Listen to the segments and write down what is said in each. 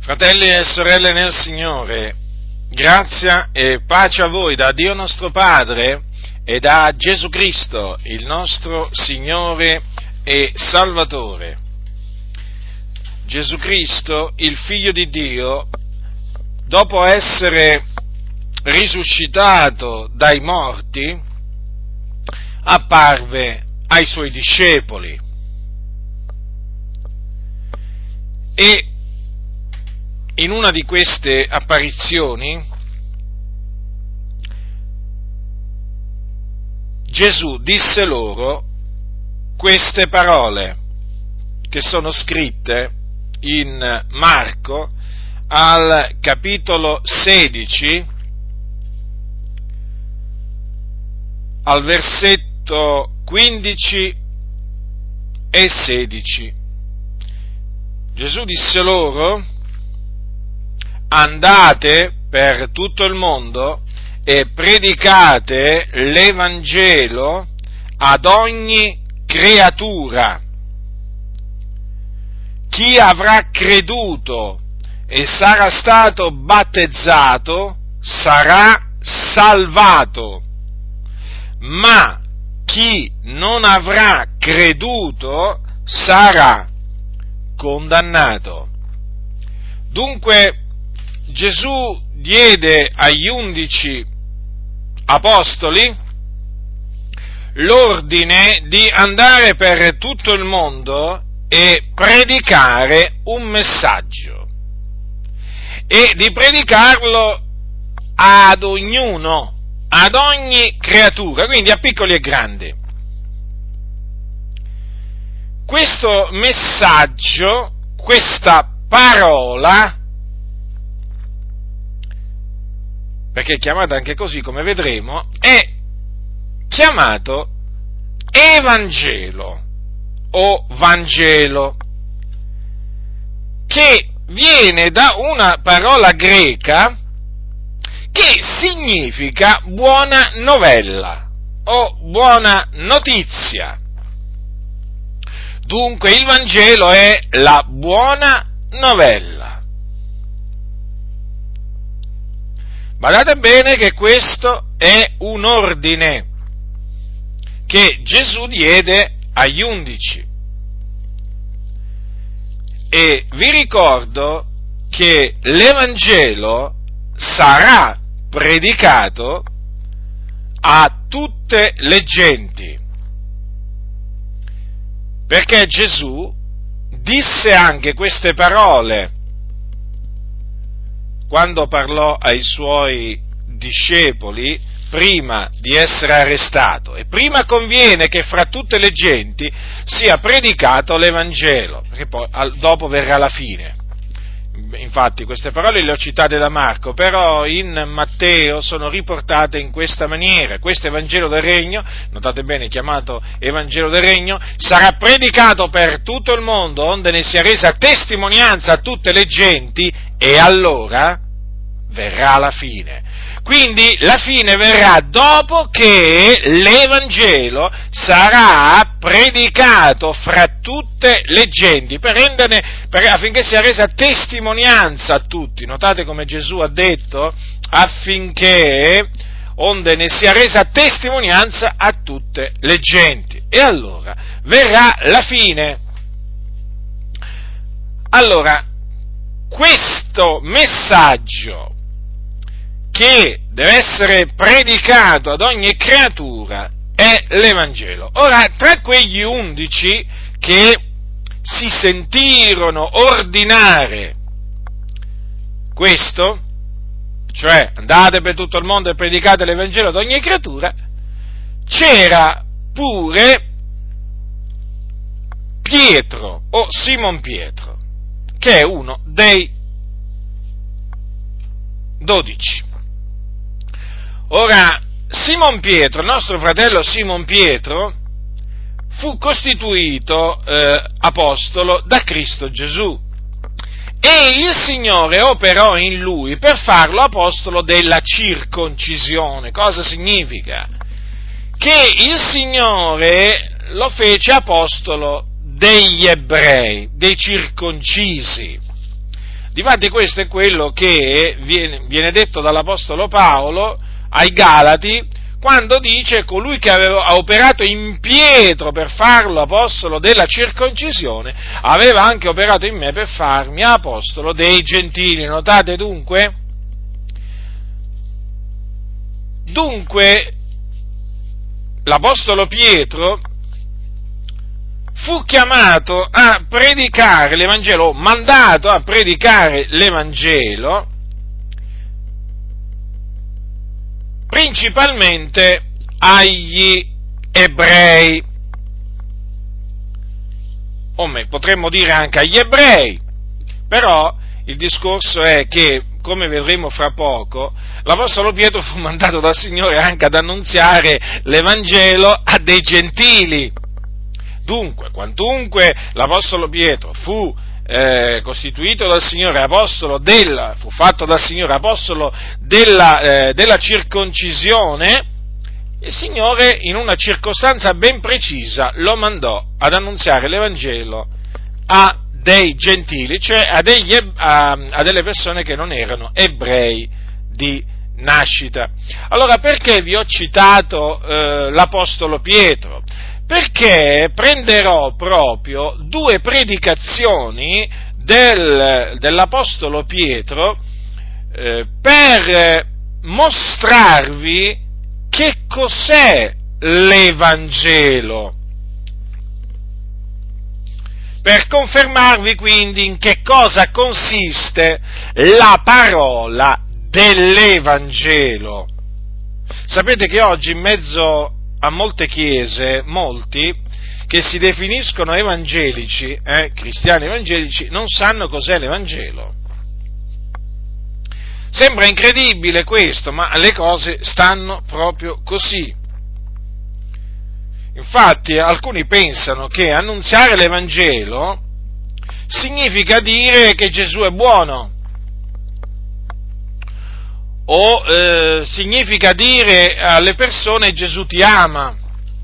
Fratelli e sorelle nel Signore, grazia e pace a voi da Dio nostro Padre e da Gesù Cristo, il nostro Signore e Salvatore. Gesù Cristo, il Figlio di Dio, dopo essere risuscitato dai morti, apparve ai Suoi discepoli e in una di queste apparizioni Gesù disse loro queste parole che sono scritte in Marco al capitolo 16, al versetto 15 e 16. Gesù disse loro: andate per tutto il mondo e predicate l'Evangelo ad ogni creatura. Chi avrà creduto e sarà stato battezzato sarà salvato, ma chi non avrà creduto sarà condannato. Dunque, Gesù diede agli 11 apostoli l'ordine di andare per tutto il mondo e predicare un messaggio e di predicarlo ad ognuno, ad ogni creatura, quindi a piccoli e grandi. Questo messaggio, questa parola, perché è chiamata anche così, come vedremo, è chiamato Evangelo o Vangelo, che viene da una parola greca che significa buona novella o buona notizia. Dunque il Vangelo è la buona novella. Badate bene che questo è un ordine che Gesù diede agli 11. E vi ricordo che l'Evangelo sarà predicato a tutte le genti, perché Gesù disse anche queste parole quando parlò ai Suoi discepoli prima di essere arrestato: e prima conviene che fra tutte le genti sia predicato l'Evangelo, perché poi dopo verrà la fine. Infatti queste parole le ho citate da Marco, però in Matteo sono riportate in questa maniera: questo Evangelo del Regno, notate bene, chiamato Evangelo del Regno, sarà predicato per tutto il mondo, onde ne sia resa testimonianza a tutte le genti, e allora verrà la fine. Quindi la fine verrà dopo che l'Evangelo sarà predicato fra tutte le genti, affinché sia resa testimonianza a tutti. Notate come Gesù ha detto: affinché onde ne sia resa testimonianza a tutte le genti. E allora verrà la fine. Allora, questo messaggio che deve essere predicato ad ogni creatura è l'Evangelo. Ora, tra quegli 11 che si sentirono ordinare questo, cioè andate per tutto il mondo e predicate l'Evangelo ad ogni creatura, c'era pure Pietro o Simon Pietro, che è uno dei 12. Ora, Simon Pietro, il nostro fratello Simon Pietro, fu costituito apostolo da Cristo Gesù, e il Signore operò in lui per farlo apostolo della circoncisione. Cosa significa? Che il Signore lo fece apostolo degli ebrei, dei circoncisi. Difatti questo è quello che viene detto dall'Apostolo Paolo ai Galati, quando dice: colui che ha operato in Pietro per farlo apostolo della circoncisione, aveva anche operato in me per farmi apostolo dei gentili. Notate dunque? Dunque, l'apostolo Pietro fu chiamato a predicare l'Evangelo, mandato a predicare l'Evangelo, principalmente agli ebrei, o potremmo dire anche agli ebrei, però il discorso è che, come vedremo fra poco, l'Apostolo Pietro fu mandato dal Signore anche ad annunziare l'Evangelo a dei gentili. Dunque, quantunque l'Apostolo Pietro fu costituito dal Signore apostolo fu fatto dal Signore apostolo della circoncisione, il Signore in una circostanza ben precisa lo mandò ad annunziare l'Evangelo a dei gentili, cioè a delle persone che non erano ebrei di nascita. Allora, perché vi ho citato l'Apostolo Pietro? Perché prenderò proprio due predicazioni dell'Apostolo Pietro per mostrarvi che cos'è l'Evangelo, per confermarvi quindi in che cosa consiste la parola dell'Evangelo. Sapete che oggi in mezzo a molte chiese, molti che si definiscono evangelici, cristiani evangelici, non sanno cos'è l'Evangelo. Sembra incredibile questo, ma le cose stanno proprio così. Infatti alcuni pensano che annunziare l'Evangelo significa dire che Gesù è buono, o significa dire alle persone Gesù ti ama.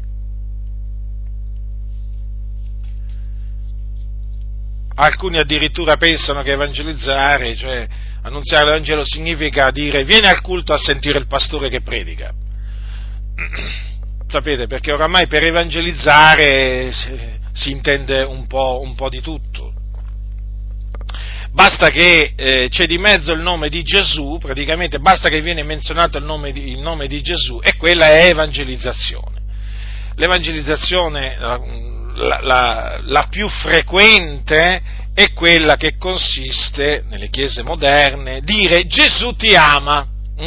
Alcuni addirittura pensano che evangelizzare, cioè annunziare l'Evangelo, significa dire vieni al culto a sentire il pastore che predica. Sapete, perché oramai per evangelizzare si intende un po' di tutto. Basta che c'è di mezzo il nome di Gesù, praticamente basta che viene menzionato il nome di Gesù, e quella è evangelizzazione. L'evangelizzazione, la più frequente, è quella che consiste, nelle chiese moderne, dire Gesù ti ama.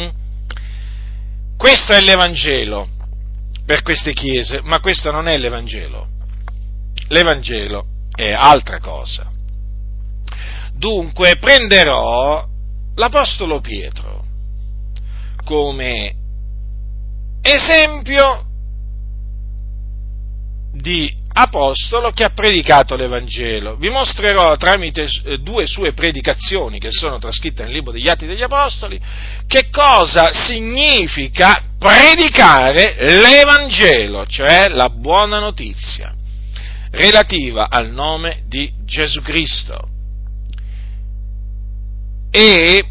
Questo è l'Evangelo per queste chiese, ma questo non è l'Evangelo. L'Evangelo è altra cosa. Dunque prenderò l'Apostolo Pietro come esempio di apostolo che ha predicato l'Evangelo. Vi mostrerò tramite due sue predicazioni che sono trascritte nel libro degli Atti degli Apostoli che cosa significa predicare l'Evangelo, cioè la buona notizia relativa al nome di Gesù Cristo. E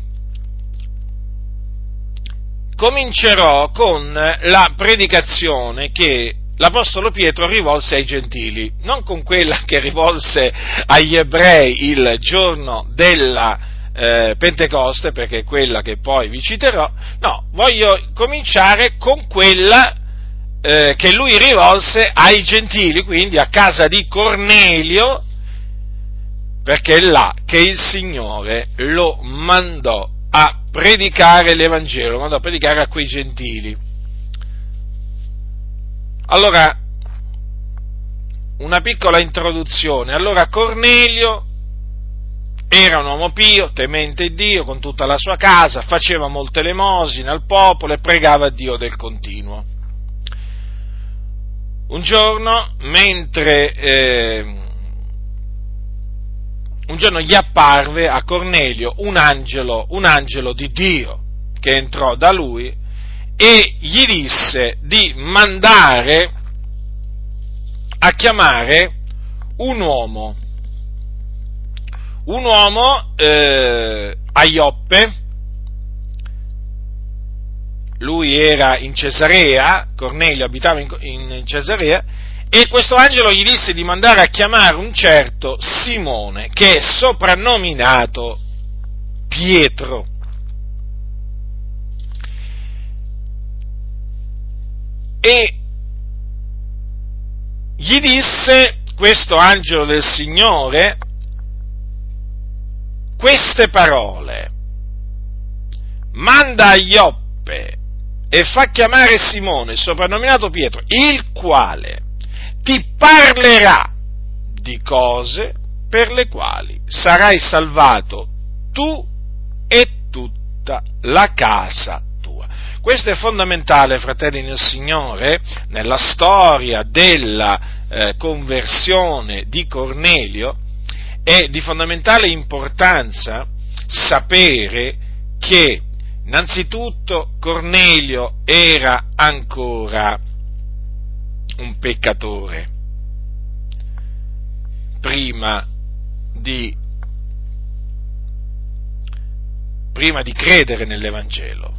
comincerò con la predicazione che l'Apostolo Pietro rivolse ai gentili, non con quella che rivolse agli ebrei il giorno della Pentecoste, perché è quella che poi vi citerò. No, voglio cominciare con quella che lui rivolse ai gentili, quindi a casa di Cornelio, perché è là che il Signore lo mandò a predicare l'Evangelo, lo mandò a predicare a quei gentili. Allora, una piccola introduzione. Allora, Cornelio era un uomo pio, temente Dio, con tutta la sua casa, faceva molte elemosine al popolo e pregava Dio del continuo. Un giorno gli apparve a Cornelio un angelo di Dio che entrò da lui e gli disse di mandare a chiamare un uomo un uomo a Ioppe. Lui era in Cesarea, Cornelio abitava in Cesarea, e questo angelo gli disse di mandare a chiamare un certo Simone, che è soprannominato Pietro. E gli disse questo angelo del Signore queste parole: manda a Ioppe e fa chiamare Simone, soprannominato Pietro, il quale ti parlerà di cose per le quali sarai salvato tu e tutta la casa tua. Questo è fondamentale, fratelli nel Signore, nella storia della conversione di Cornelio. È di fondamentale importanza sapere che innanzitutto Cornelio era ancora un peccatore prima di credere nell'Evangelo.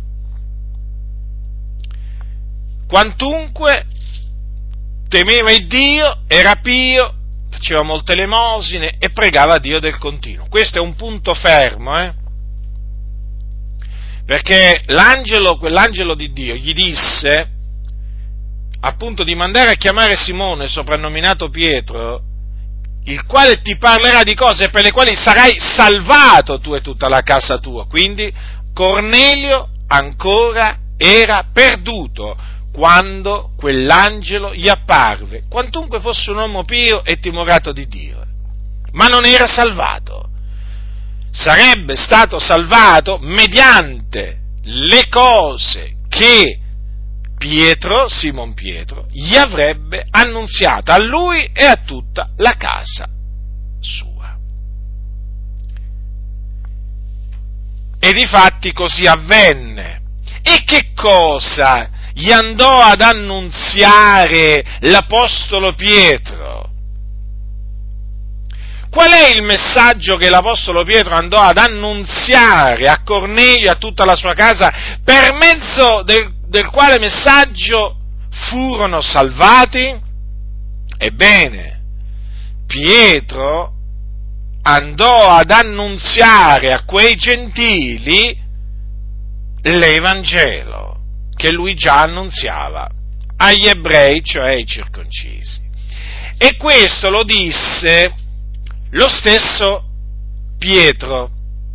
Quantunque temeva il Dio, era pio, faceva molte elemosine e pregava Dio del continuo. Questo è un punto fermo, perché quell'angelo di Dio gli disse appunto di mandare a chiamare Simone, soprannominato Pietro, il quale ti parlerà di cose per le quali sarai salvato tu e tutta la casa tua. Quindi Cornelio ancora era perduto quando quell'angelo gli apparve, quantunque fosse un uomo pio e timorato di Dio, ma non era salvato. Sarebbe stato salvato mediante le cose che Simon Pietro, gli avrebbe annunziato a lui e a tutta la casa sua. E difatti così avvenne. E che cosa gli andò ad annunziare l'Apostolo Pietro? Qual è il messaggio che l'Apostolo Pietro andò ad annunziare a Cornelio e a tutta la sua casa, per mezzo del quale messaggio furono salvati? Ebbene, Pietro andò ad annunziare a quei gentili l'Evangelo che lui già annunziava agli ebrei, cioè ai circoncisi. E questo lo disse lo stesso Pietro,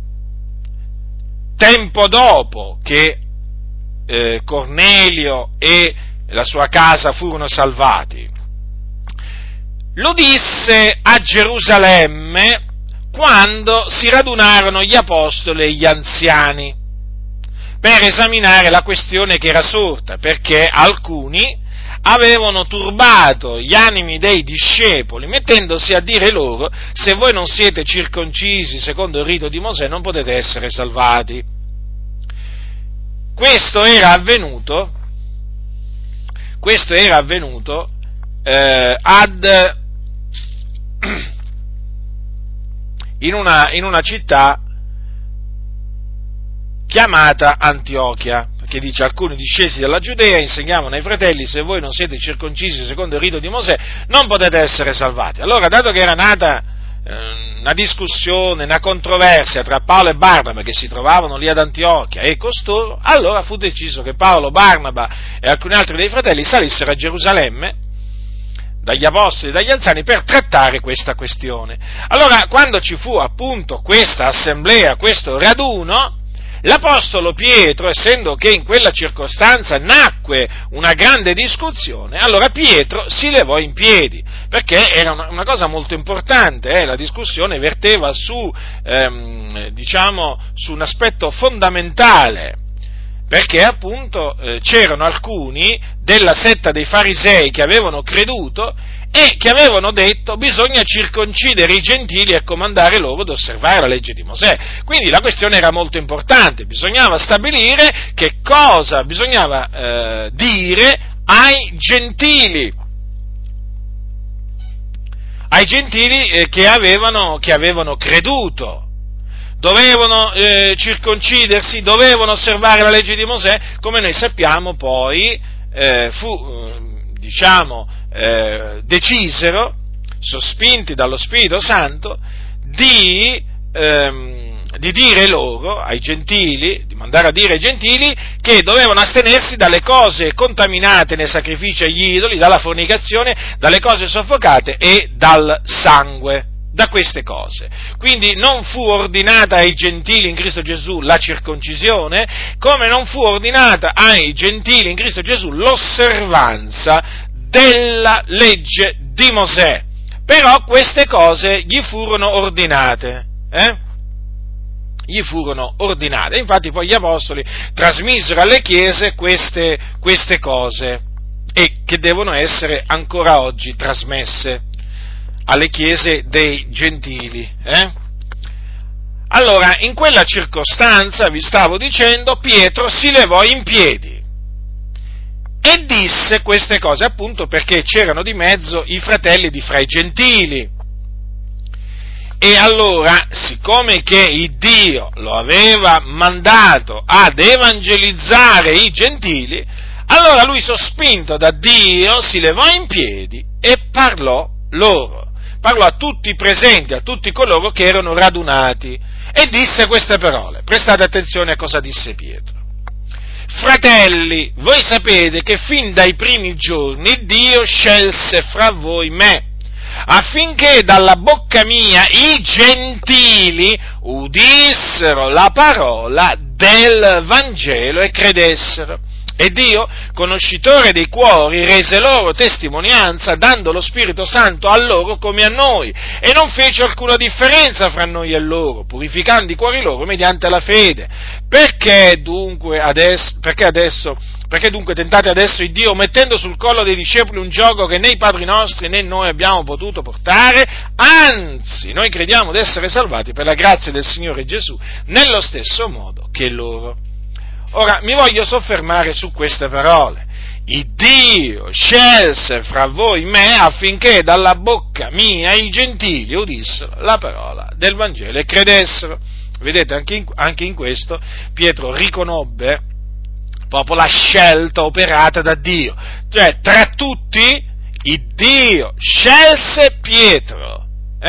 tempo dopo che Cornelio e la sua casa furono salvati. Lo disse a Gerusalemme quando si radunarono gli apostoli e gli anziani per esaminare la questione che era sorta, perché alcuni avevano turbato gli animi dei discepoli, mettendosi a dire loro: se voi non siete circoncisi secondo il rito di Mosè non potete essere salvati. Questo era avvenuto in una città chiamata Antiochia, che dice: alcuni discesi dalla Giudea insegnavano ai fratelli: se voi non siete circoncisi secondo il rito di Mosè non potete essere salvati. Allora, dato che era nata una discussione, una controversia tra Paolo e Barnaba, che si trovavano lì ad Antiochia, e costoro, allora fu deciso che Paolo, Barnaba e alcuni altri dei fratelli salissero a Gerusalemme dagli apostoli e dagli anziani per trattare questa questione. Allora, quando ci fu appunto questa assemblea, questo raduno, l'Apostolo Pietro, essendo che in quella circostanza nacque una grande discussione, allora Pietro si levò in piedi, perché era una cosa molto importante, la discussione verteva su un aspetto fondamentale, perché appunto c'erano alcuni della setta dei farisei che avevano creduto e che avevano detto: bisogna circoncidere i gentili e comandare loro ad osservare la legge di Mosè. Quindi la questione era molto importante, bisognava stabilire che cosa bisognava dire ai gentili. ai gentili che avevano creduto. Dovevano circoncidersi, dovevano osservare la legge di Mosè, come noi sappiamo poi decisero, sospinti dallo Spirito Santo, di dire loro, ai gentili, di mandare a dire ai gentili che dovevano astenersi dalle cose contaminate nei sacrifici agli idoli, dalla fornicazione, dalle cose soffocate e dal sangue. Da queste cose. Quindi non fu ordinata ai gentili in Cristo Gesù la circoncisione, come non fu ordinata ai gentili in Cristo Gesù l'osservanza della legge di Mosè. Però queste cose gli furono ordinate. Gli furono ordinate. Infatti poi gli apostoli trasmisero alle chiese queste cose e che devono essere ancora oggi trasmesse alle chiese dei gentili. Allora, in quella circostanza, vi stavo dicendo, Pietro si levò in piedi e disse queste cose, appunto perché c'erano di mezzo i fratelli di fra i gentili. E allora, siccome che il Dio lo aveva mandato ad evangelizzare i gentili, allora lui, sospinto da Dio, si levò in piedi e parlò loro. Parlò a tutti i presenti, a tutti coloro che erano radunati, e disse queste parole. Prestate attenzione a cosa disse Pietro. Fratelli, voi sapete che fin dai primi giorni Dio scelse fra voi me, affinché dalla bocca mia i gentili udissero la parola del Vangelo e credessero. E Dio, conoscitore dei cuori, rese loro testimonianza, dando lo Spirito Santo a loro come a noi, e non fece alcuna differenza fra noi e loro, purificando i cuori loro mediante la fede. Perché dunque tentate adesso il Dio, mettendo sul collo dei discepoli un giogo che né i padri nostri né noi abbiamo potuto portare? Anzi, noi crediamo di essere salvati per la grazia del Signore Gesù, nello stesso modo che loro. Ora, mi voglio soffermare su queste parole. Il Dio scelse fra voi me affinché dalla bocca mia i gentili udissero la parola del Vangelo e credessero. Vedete, anche in questo Pietro riconobbe proprio la scelta operata da Dio. Cioè, tra tutti, il Dio scelse Pietro.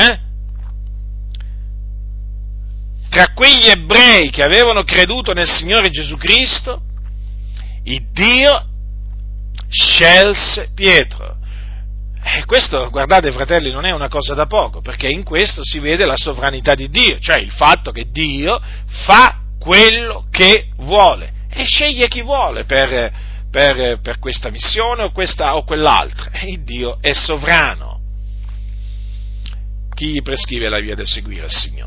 Tra quegli ebrei che avevano creduto nel Signore Gesù Cristo, il Dio scelse Pietro. E questo, guardate fratelli, non è una cosa da poco, perché in questo si vede la sovranità di Dio, cioè il fatto che Dio fa quello che vuole e sceglie chi vuole per questa missione o quell'altra. E il Dio è sovrano. Chi gli prescrive la via da seguire al Signore?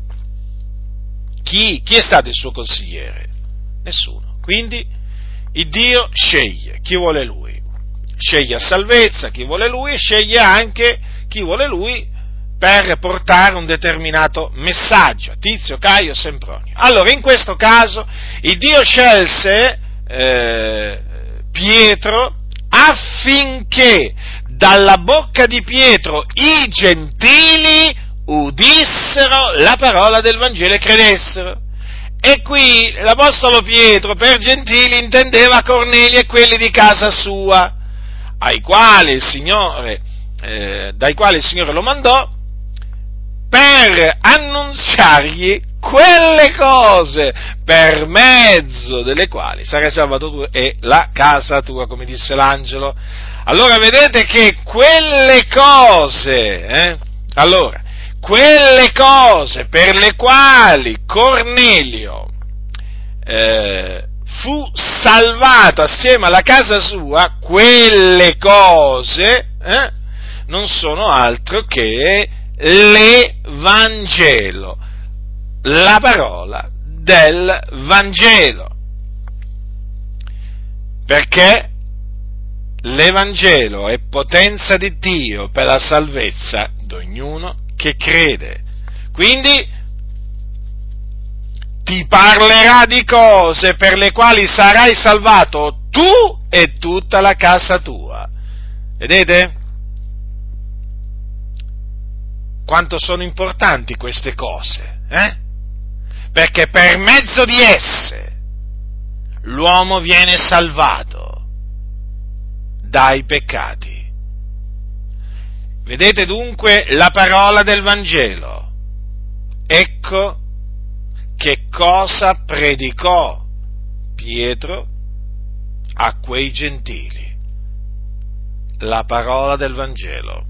Chi è stato il suo consigliere? Nessuno. Quindi il Dio sceglie chi vuole Lui, sceglie a salvezza chi vuole Lui e sceglie anche chi vuole Lui per portare un determinato messaggio, Tizio, Caio, Sempronio. Allora, in questo caso, il Dio scelse Pietro affinché dalla bocca di Pietro i gentili udissero la parola del Vangelo e credessero. E qui l'Apostolo Pietro per gentili intendeva Cornelio e quelli di casa sua, dai quali il Signore lo mandò per annunziargli quelle cose per mezzo delle quali sarai salvato tu e la casa tua, come disse l'angelo. Allora vedete che quelle cose per le quali Cornelio fu salvato assieme alla casa sua, quelle cose non sono altro che l'Evangelo, la parola del Vangelo, perché l'Evangelo è potenza di Dio per la salvezza di ognuno che crede. Quindi ti parlerà di cose per le quali sarai salvato tu e tutta la casa tua. Vedete? quanto sono importanti queste cose, Perché per mezzo di esse l'uomo viene salvato dai peccati. Vedete dunque la parola del Vangelo. Ecco che cosa predicò Pietro a quei gentili. La parola del Vangelo.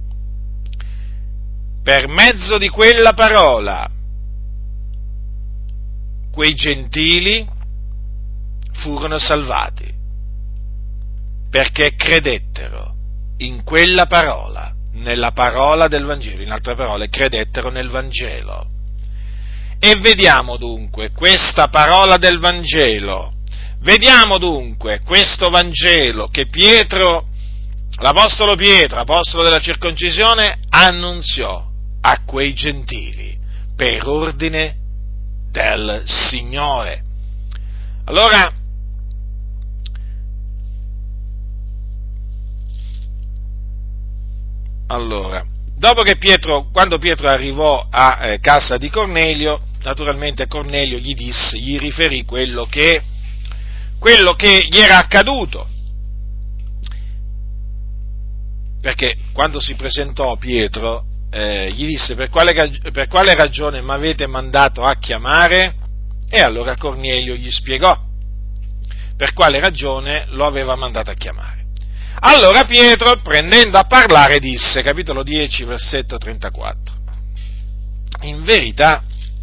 Per mezzo di quella parola quei gentili furono salvati, perché credettero in quella parola, nella parola del Vangelo, in altre parole, credettero nel Vangelo. E vediamo dunque questa parola del Vangelo, vediamo dunque questo Vangelo che l'Apostolo Pietro, apostolo della circoncisione, annunziò a quei gentili per ordine del Signore. Allora, quando Pietro arrivò a casa di Cornelio, naturalmente Cornelio gli riferì quello che gli era accaduto. Perché quando si presentò Pietro, gli disse: per quale ragione mi avete mandato a chiamare? E allora Cornelio gli spiegò per quale ragione lo aveva mandato a chiamare. Allora Pietro, prendendo a parlare, disse, capitolo 10, versetto 34, in verità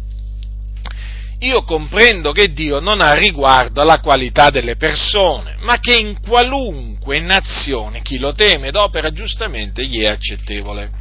io comprendo che Dio non ha riguardo alla qualità delle persone, ma che in qualunque nazione chi lo teme ed opera giustamente gli è accettevole.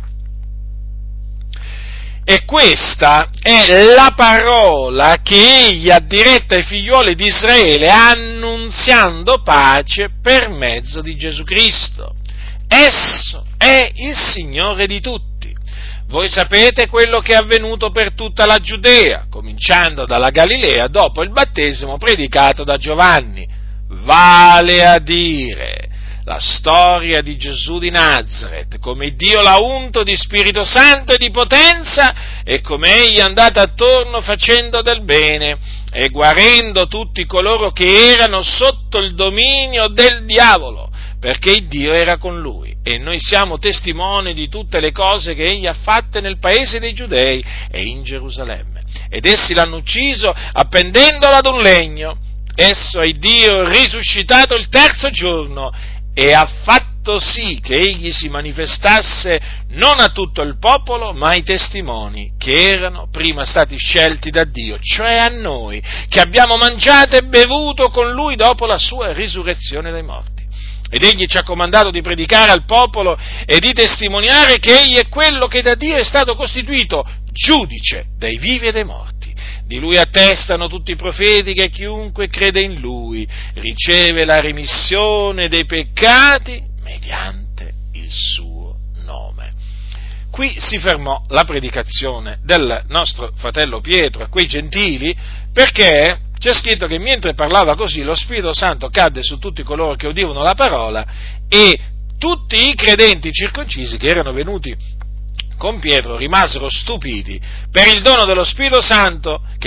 E questa è la parola che egli ha diretta ai figlioli di Israele, annunziando pace per mezzo di Gesù Cristo. Esso è il Signore di tutti. Voi sapete quello che è avvenuto per tutta la Giudea, cominciando dalla Galilea dopo il battesimo predicato da Giovanni, vale a dire la storia di Gesù di Nazaret, come Dio l'ha unto di Spirito Santo e di potenza, e come egli è andato attorno facendo del bene e guarendo tutti coloro che erano sotto il dominio del diavolo, perché Dio era con lui. E noi siamo testimoni di tutte le cose che egli ha fatte nel paese dei Giudei e in Gerusalemme. Ed essi l'hanno ucciso appendendolo ad un legno. Esso è Dio risuscitato il terzo giorno e ha fatto sì che egli si manifestasse non a tutto il popolo, ma ai testimoni che erano prima stati scelti da Dio, cioè a noi, che abbiamo mangiato e bevuto con lui dopo la sua risurrezione dai morti. Ed egli ci ha comandato di predicare al popolo e di testimoniare che egli è quello che da Dio è stato costituito giudice dei vivi e dei morti. Di lui attestano tutti i profeti che chiunque crede in lui riceve la remissione dei peccati mediante il suo nome. Qui si fermò la predicazione del nostro fratello Pietro a quei gentili, perché c'è scritto che mentre parlava così lo Spirito Santo cadde su tutti coloro che udivano la parola, e tutti i credenti circoncisi che erano venuti con Pietro rimasero stupiti per il dono dello Spirito Santo, che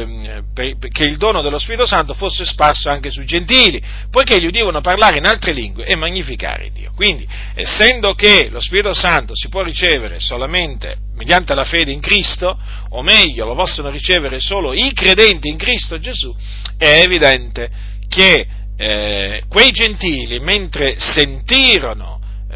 il dono dello Spirito Santo fosse sparso anche sui gentili, poiché gli udivano parlare in altre lingue e magnificare Dio. Quindi, essendo che lo Spirito Santo si può ricevere solamente mediante la fede in Cristo, o meglio, lo possono ricevere solo i credenti in Cristo Gesù, è evidente che quei gentili, mentre sentirono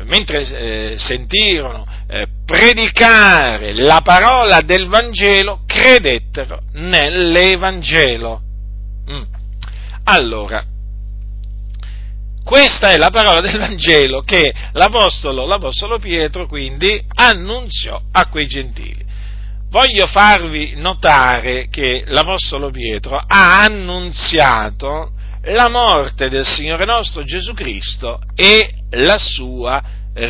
predicare la parola del Vangelo, credettero nell'Evangelo. Allora, questa è la parola del Vangelo che l'Apostolo Pietro quindi annunziò a quei gentili. Voglio farvi notare che l'Apostolo Pietro ha annunziato la morte del Signore nostro Gesù Cristo e la sua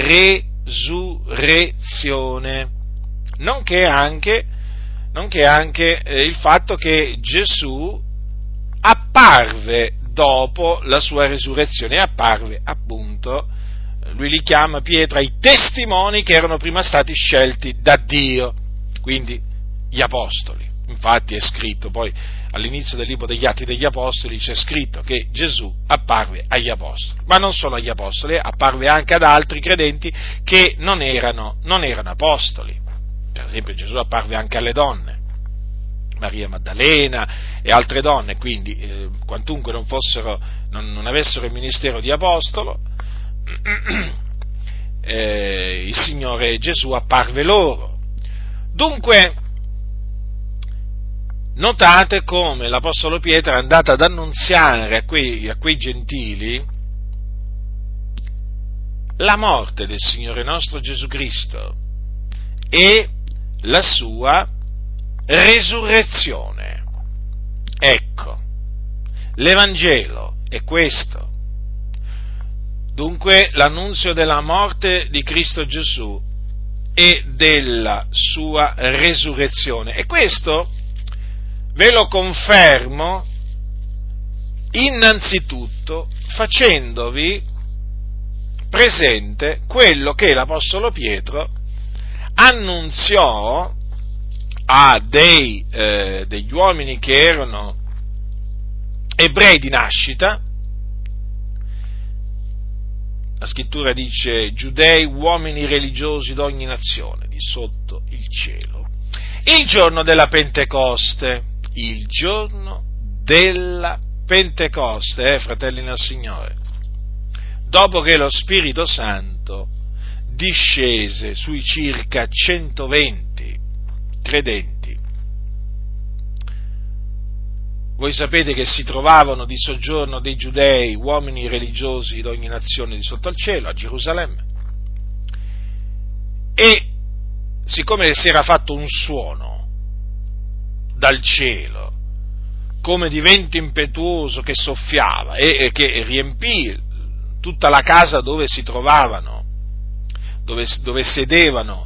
resurrezione, nonché anche il fatto che Gesù apparve dopo la sua resurrezione, apparve appunto lui li chiama, Pietro, i testimoni che erano prima stati scelti da Dio, quindi gli apostoli. Infatti è scritto, poi all'inizio del libro degli Atti degli Apostoli c'è scritto che Gesù apparve agli apostoli, ma non solo agli apostoli, apparve anche ad altri credenti che non erano apostoli. Per esempio Gesù apparve anche alle donne, Maria Maddalena e altre donne, quindi quantunque non avessero il ministero di apostolo, il Signore Gesù apparve loro. Dunque, notate come l'Apostolo Pietro è andato ad annunziare a quei gentili la morte del Signore nostro Gesù Cristo e la sua resurrezione. Ecco, l'Evangelo è questo. Dunque, l'annunzio della morte di Cristo Gesù e della sua resurrezione. E questo ve lo confermo innanzitutto facendovi presente quello che l'Apostolo Pietro annunziò a degli uomini che erano ebrei di nascita. La scrittura dice: giudei, uomini religiosi d'ogni nazione di sotto il cielo. Il giorno della Pentecoste, fratelli nel Signore, dopo che lo Spirito Santo discese sui circa 120 credenti. Voi sapete che si trovavano di soggiorno dei giudei, uomini religiosi d'ogni nazione di sotto al cielo, a Gerusalemme, e siccome si era fatto un suono dal cielo, come di vento impetuoso che soffiava e che riempì tutta la casa dove si trovavano, dove sedevano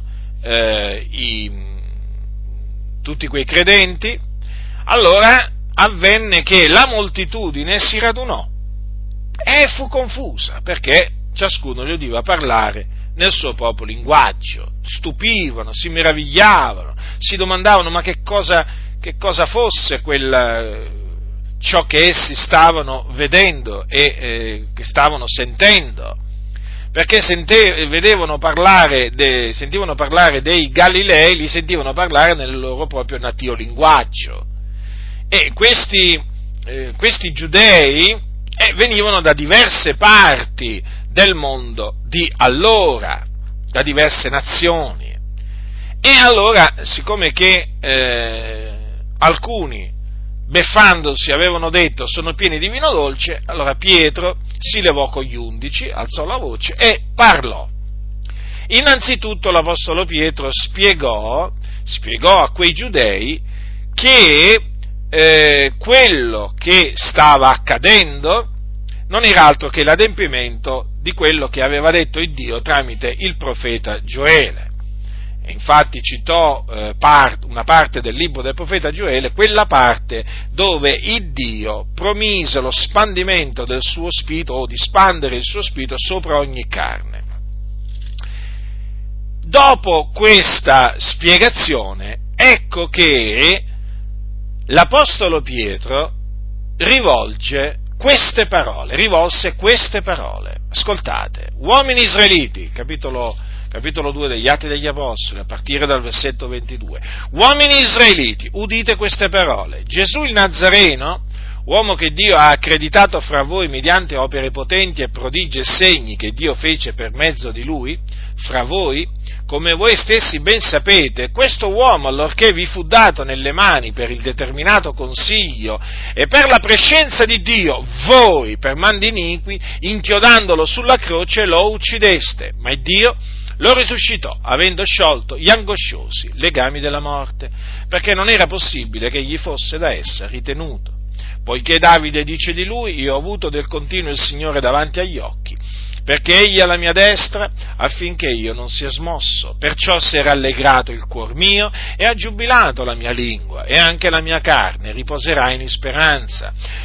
tutti quei credenti, allora avvenne che la moltitudine si radunò e fu confusa, perché ciascuno gli udiva parlare nel suo proprio linguaggio, stupivano, si meravigliavano, si domandavano ma che cosa fosse ciò che essi stavano vedendo e che stavano sentendo, perché sentivano parlare dei Galilei, li sentivano parlare nel loro proprio natio linguaggio. E questi giudei venivano da diverse parti del mondo di allora, da diverse nazioni, e allora, siccome che alcuni, beffandosi, avevano detto sono pieni di vino dolce, allora Pietro si levò con gli 11, alzò la voce e parlò. Innanzitutto l'Apostolo Pietro spiegò a quei giudei che quello che stava accadendo non era altro che l'adempimento di quello che aveva detto il Dio tramite il profeta Gioele. E infatti citò una parte del libro del profeta Gioele, quella parte dove il Dio promise lo spandimento del suo spirito, o di spandere il suo spirito sopra ogni carne. Dopo questa spiegazione, ecco che l'Apostolo Pietro rivolse queste parole. Ascoltate: uomini israeliti, capitolo 2 degli Atti degli Apostoli, a partire dal versetto 22. Uomini israeliti, udite queste parole. Gesù il Nazareno, uomo che Dio ha accreditato fra voi mediante opere potenti e prodigi e segni che Dio fece per mezzo di lui, fra voi, come voi stessi ben sapete, questo uomo, allorché vi fu dato nelle mani per il determinato consiglio e per la prescenza di Dio, voi, per mandi iniqui, inchiodandolo sulla croce, lo uccideste, ma Dio lo risuscitò, avendo sciolto gli angosciosi legami della morte, perché non era possibile che gli fosse da essa ritenuto. Poiché Davide dice di lui: io ho avuto del continuo il Signore davanti agli occhi, perché egli è alla mia destra, affinché io non sia smosso. Perciò si è rallegrato il cuor mio e ha giubilato la mia lingua, e anche la mia carne riposerà in speranza.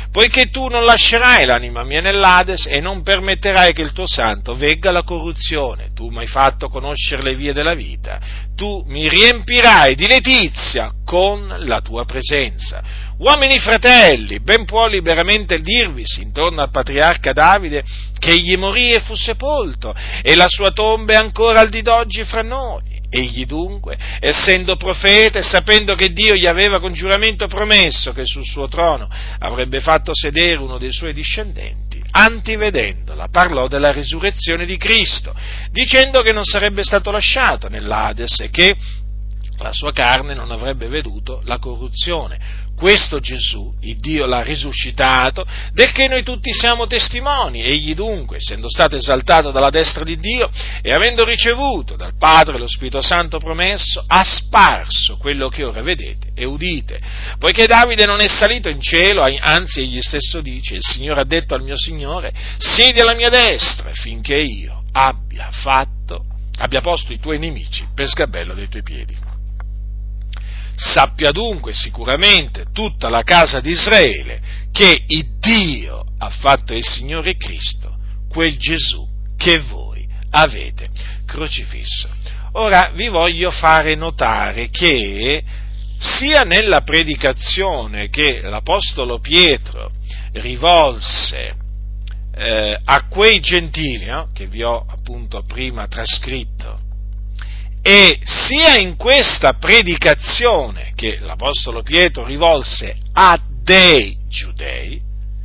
poiché tu non lascerai l'anima mia nell'Ades e non permetterai che il tuo santo vegga la corruzione. Tu mi hai fatto conoscere le vie della vita, tu mi riempirai di letizia con la tua presenza. Uomini fratelli, ben può liberamente dirvisi intorno al patriarca Davide che egli morì e fu sepolto, e la sua tomba è ancora al dì d'oggi fra noi. Egli dunque, essendo profeta e sapendo che Dio gli aveva con giuramento promesso che sul suo trono avrebbe fatto sedere uno dei suoi discendenti, antivedendola parlò della risurrezione di Cristo, dicendo che non sarebbe stato lasciato nell'Ades e che la sua carne non avrebbe veduto la corruzione. Questo Gesù, il Dio l'ha risuscitato, del che noi tutti siamo testimoni. Egli dunque, essendo stato esaltato dalla destra di Dio e avendo ricevuto dal Padre lo Spirito Santo promesso, ha sparso quello che ora vedete e udite. Poiché Davide non è salito in cielo, anzi egli stesso dice: il Signore ha detto al mio Signore, siedi alla mia destra, finché io abbia posto i tuoi nemici per sgabello dei tuoi piedi. Sappia dunque sicuramente tutta la casa di Israele che il Dio ha fatto il Signore Cristo, quel Gesù che voi avete crocifisso. Ora vi voglio fare notare che sia nella predicazione che l'Apostolo Pietro rivolse a quei gentili, no? Che vi ho appunto prima trascritto, e sia in questa predicazione che l'Apostolo Pietro rivolse a dei giudei,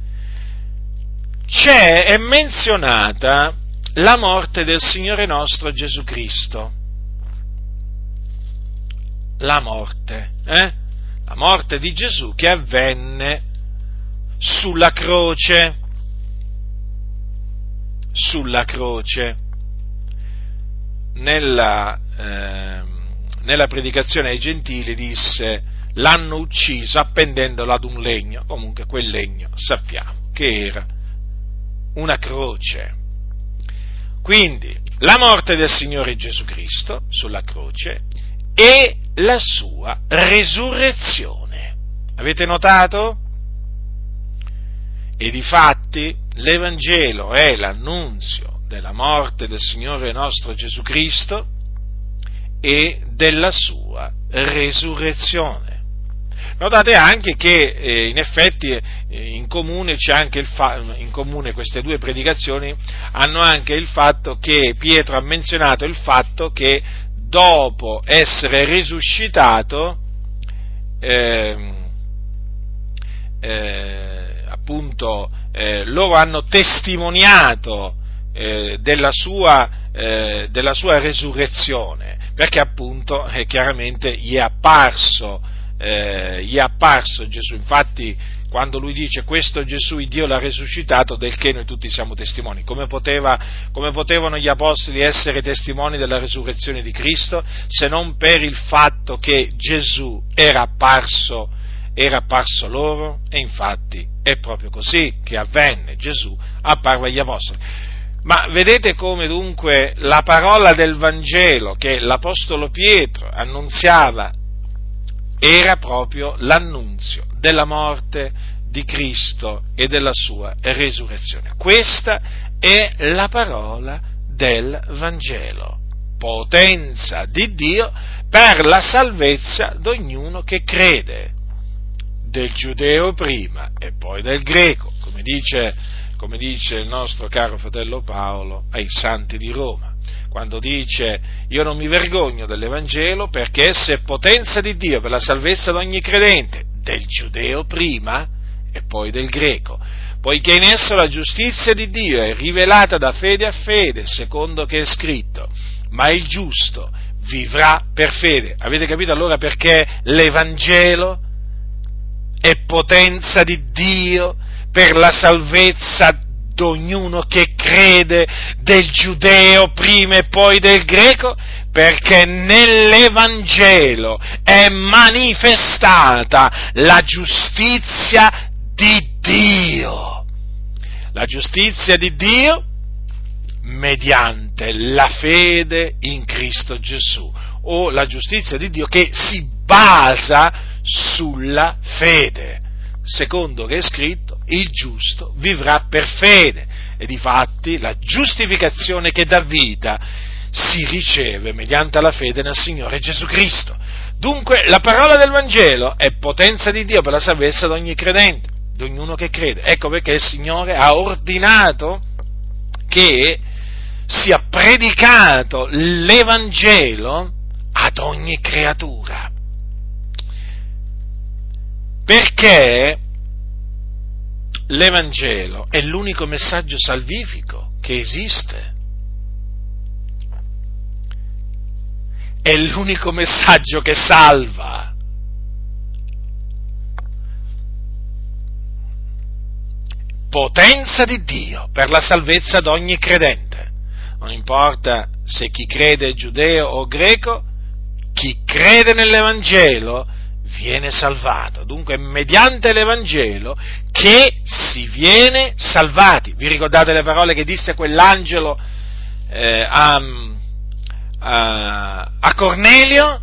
è menzionata la morte del Signore nostro Gesù Cristo. La morte di Gesù che avvenne sulla croce. Nella predicazione ai gentili disse: l'hanno ucciso appendendolo ad un legno. Comunque quel legno sappiamo che era una croce. Quindi la morte del Signore Gesù Cristo sulla croce e la sua resurrezione. Avete notato? E difatti l'Evangelo è l'annunzio della morte del Signore nostro Gesù Cristo e della sua resurrezione. Notate anche che in effetti in comune c'è anche in comune queste due predicazioni hanno anche il fatto che Pietro ha menzionato il fatto che dopo essere risuscitato appunto loro hanno testimoniato della sua resurrezione, perché appunto chiaramente gli è apparso Gesù. Infatti quando lui dice questo Gesù il Dio l'ha risuscitato, del che noi tutti siamo testimoni. Come potevano gli apostoli essere testimoni della resurrezione di Cristo se non per il fatto che Gesù era apparso loro? E infatti è proprio così che avvenne. Gesù apparve agli apostoli. Ma vedete come dunque la parola del Vangelo che l'Apostolo Pietro annunziava era proprio l'annunzio della morte di Cristo e della sua resurrezione. Questa è la parola del Vangelo, potenza di Dio per la salvezza di ognuno che crede, del giudeo prima e poi del greco, come dice il nostro caro fratello Paolo ai santi di Roma, quando dice: io non mi vergogno dell'Evangelo perché esso è potenza di Dio per la salvezza di ogni credente, del giudeo prima e poi del greco, poiché in esso la giustizia di Dio è rivelata da fede a fede, secondo che è scritto: ma il giusto vivrà per fede. Avete capito allora perché l'Evangelo è potenza di Dio per la salvezza di ognuno che crede, del giudeo prima e poi del greco? Perché nell'Evangelo è manifestata la giustizia di Dio. La giustizia di Dio mediante la fede in Cristo Gesù, o la giustizia di Dio che si basa sulla fede, secondo che è scritto: il giusto vivrà per fede. E difatti la giustificazione che dà vita si riceve mediante la fede nel Signore Gesù Cristo. Dunque la parola del Vangelo è potenza di Dio per la salvezza di ogni credente, di ognuno che crede. Ecco perché il Signore ha ordinato che sia predicato l'Evangelo ad ogni creatura. Perché l'Evangelo è l'unico messaggio salvifico che esiste. È l'unico messaggio che salva. Potenza di Dio per la salvezza di ogni credente. Non importa se chi crede è giudeo o greco, chi crede nell'Evangelo viene salvato. Dunque è mediante l'Evangelo che si viene salvati. Vi ricordate le parole che disse quell'angelo a Cornelio?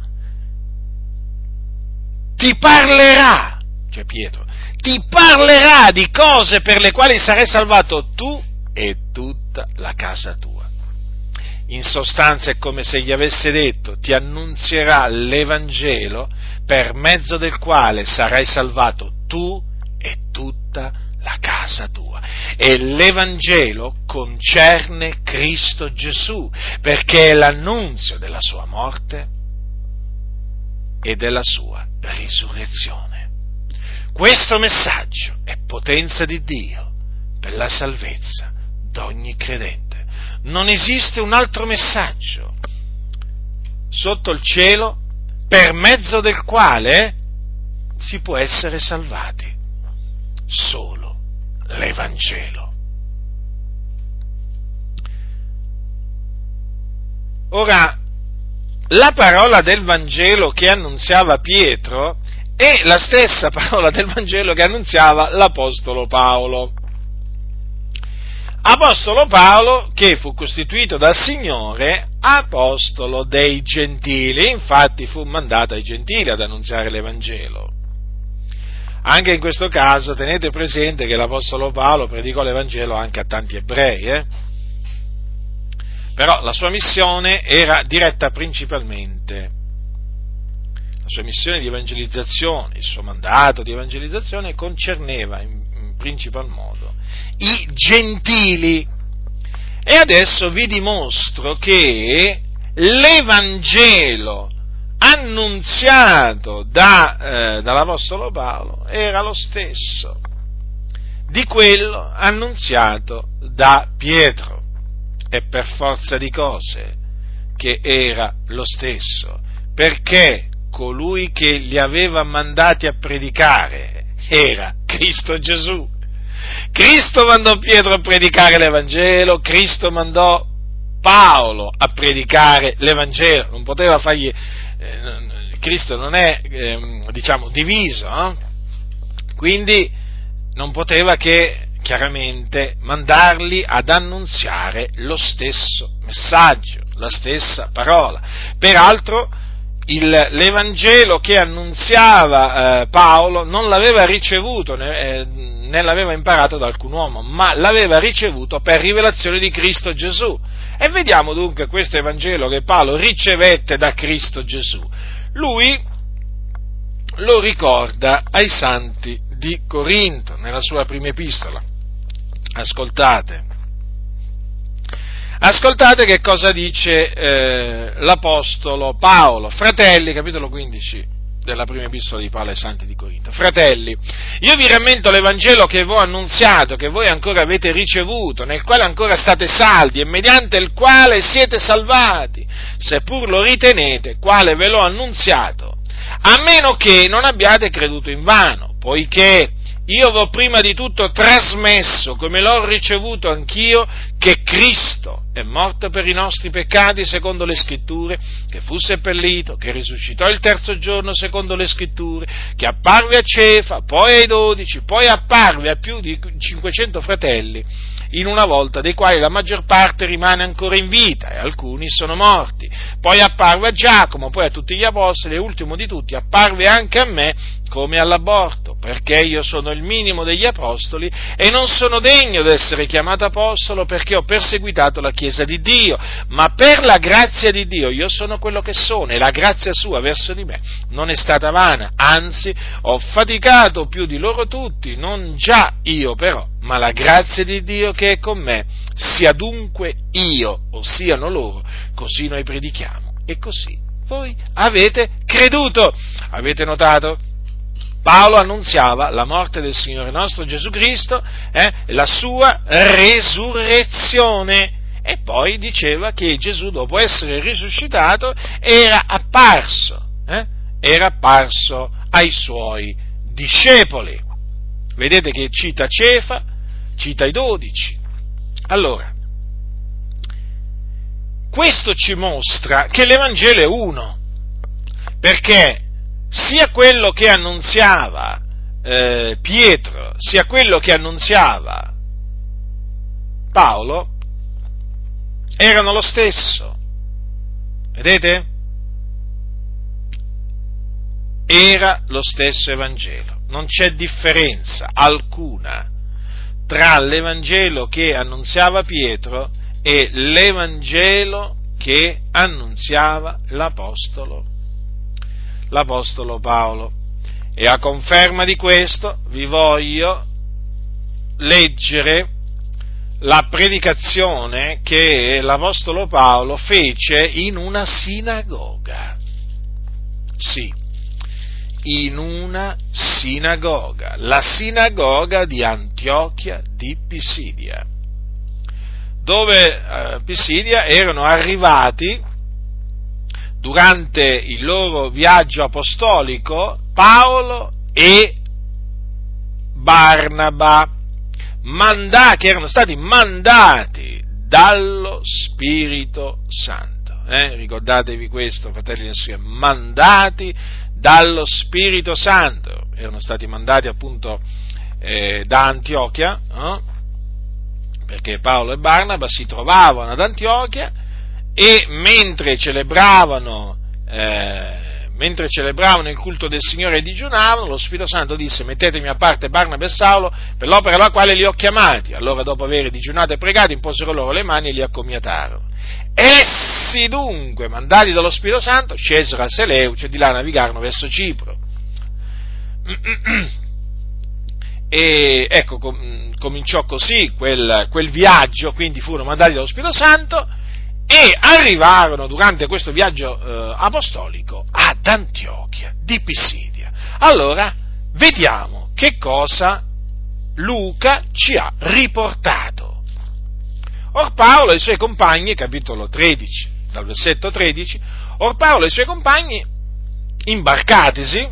Ti parlerà, cioè Pietro, ti parlerà di cose per le quali sarai salvato tu e tutta la casa tua. In sostanza è come se gli avesse detto: ti annunzierà l'Evangelo per mezzo del quale sarai salvato tu e tutta la casa tua. E l'Evangelo concerne Cristo Gesù, perché è l'annunzio della sua morte e della sua risurrezione. Questo messaggio è potenza di Dio per la salvezza d'ogni credente. Non esiste un altro messaggio sotto il cielo per mezzo del quale si può essere salvati. Solo l'Evangelo. Ora, la parola del Vangelo che annunziava Pietro è la stessa parola del Vangelo che annunziava l'Apostolo Paolo. Apostolo Paolo che fu costituito dal Signore apostolo dei gentili, infatti fu mandato ai gentili ad annunziare l'Evangelo. Anche in questo caso tenete presente che l'Apostolo Paolo predicò l'Evangelo anche a tanti ebrei, però la sua missione era diretta principalmente, la sua missione di evangelizzazione, il suo mandato di evangelizzazione concerneva in principal modo i gentili. E adesso vi dimostro che l'Evangelo annunziato dall'Apostolo Paolo era lo stesso di quello annunziato da Pietro, e per forza di cose che era lo stesso, perché colui che li aveva mandati a predicare era Cristo Gesù. Cristo mandò Pietro a predicare l'Evangelo, Cristo mandò Paolo a predicare l'Evangelo, non poteva fargli, Cristo non è, diviso, quindi non poteva che chiaramente mandarli ad annunziare lo stesso messaggio, la stessa parola. Peraltro l'Evangelo che annunziava Paolo non l'aveva ricevuto né l'aveva imparato da alcun uomo, ma l'aveva ricevuto per rivelazione di Cristo Gesù. E vediamo dunque questo Evangelo che Paolo ricevette da Cristo Gesù. Lui lo ricorda ai santi di Corinto, nella sua prima epistola. Ascoltate che cosa dice l'Apostolo Paolo. Fratelli, capitolo 15 della prima epistola di Paolo ai santi di Corinto. Fratelli, io vi rammento l'Evangelo che vi ho annunziato, che voi ancora avete ricevuto, nel quale ancora state saldi e mediante il quale siete salvati, seppur lo ritenete, quale ve l'ho annunziato, a meno che non abbiate creduto invano, poiché io vi ho prima di tutto trasmesso, come l'ho ricevuto anch'io, che Cristo è morto per i nostri peccati secondo le Scritture, che fu seppellito, che risuscitò il terzo giorno secondo le Scritture, che apparve a Cefa, poi ai 12, poi apparve a più di 500 fratelli in una volta, dei quali la maggior parte rimane ancora in vita e alcuni sono morti. Poi apparve a Giacomo, poi a tutti gli apostoli e ultimo di tutti apparve anche a me come all'aborto. perché io sono il minimo degli apostoli e non sono degno di essere chiamato apostolo perché ho perseguitato la Chiesa di Dio, ma per la grazia di Dio io sono quello che sono e la grazia sua verso di me non è stata vana, anzi ho faticato più di loro tutti, non già io però, ma la grazia di Dio che è con me, sia dunque io o siano loro, così noi predichiamo e così voi avete creduto. Avete notato? Paolo annunziava la morte del Signore nostro Gesù Cristo, la sua resurrezione, e poi diceva che Gesù, dopo essere risuscitato, era apparso ai suoi discepoli. Vedete che cita Cefa, cita i 12. Allora, questo ci mostra che l'Evangelo è uno, perché sia quello che annunziava Pietro, sia quello che annunziava Paolo, erano lo stesso. Vedete? Era lo stesso Evangelo. Non c'è differenza alcuna tra l'Evangelo che annunziava Pietro e l'Evangelo che annunziava l'Apostolo Paolo. E a conferma di questo vi voglio leggere la predicazione che l'Apostolo Paolo fece in una sinagoga. Sì, in una sinagoga, la sinagoga di Antiochia di Pisidia, dove Pisidia erano arrivati durante il loro viaggio apostolico Paolo e Barnaba, che erano stati mandati dallo Spirito Santo. Ricordatevi questo, fratelli del Signore, mandati dallo Spirito Santo. Erano stati mandati appunto da Antiochia, perché Paolo e Barnaba si trovavano ad Antiochia e mentre celebravano il culto del Signore e digiunavano, lo Spirito Santo disse: mettetemi a parte Barnaba e Saulo per l'opera alla quale li ho chiamati. Allora, dopo aver digiunato e pregato, imposero loro le mani e li accomiatarono. Essi dunque, mandati dallo Spirito Santo, scesero a Seleucia e di là navigarono verso Cipro. E ecco, cominciò così quel viaggio, quindi furono mandati dallo Spirito Santo e arrivarono durante questo viaggio apostolico ad Antiochia di Pisidia. Allora, vediamo che cosa Luca ci ha riportato. Or Paolo e i suoi compagni, capitolo 13, dal versetto 13, or Paolo e i suoi compagni, imbarcatisi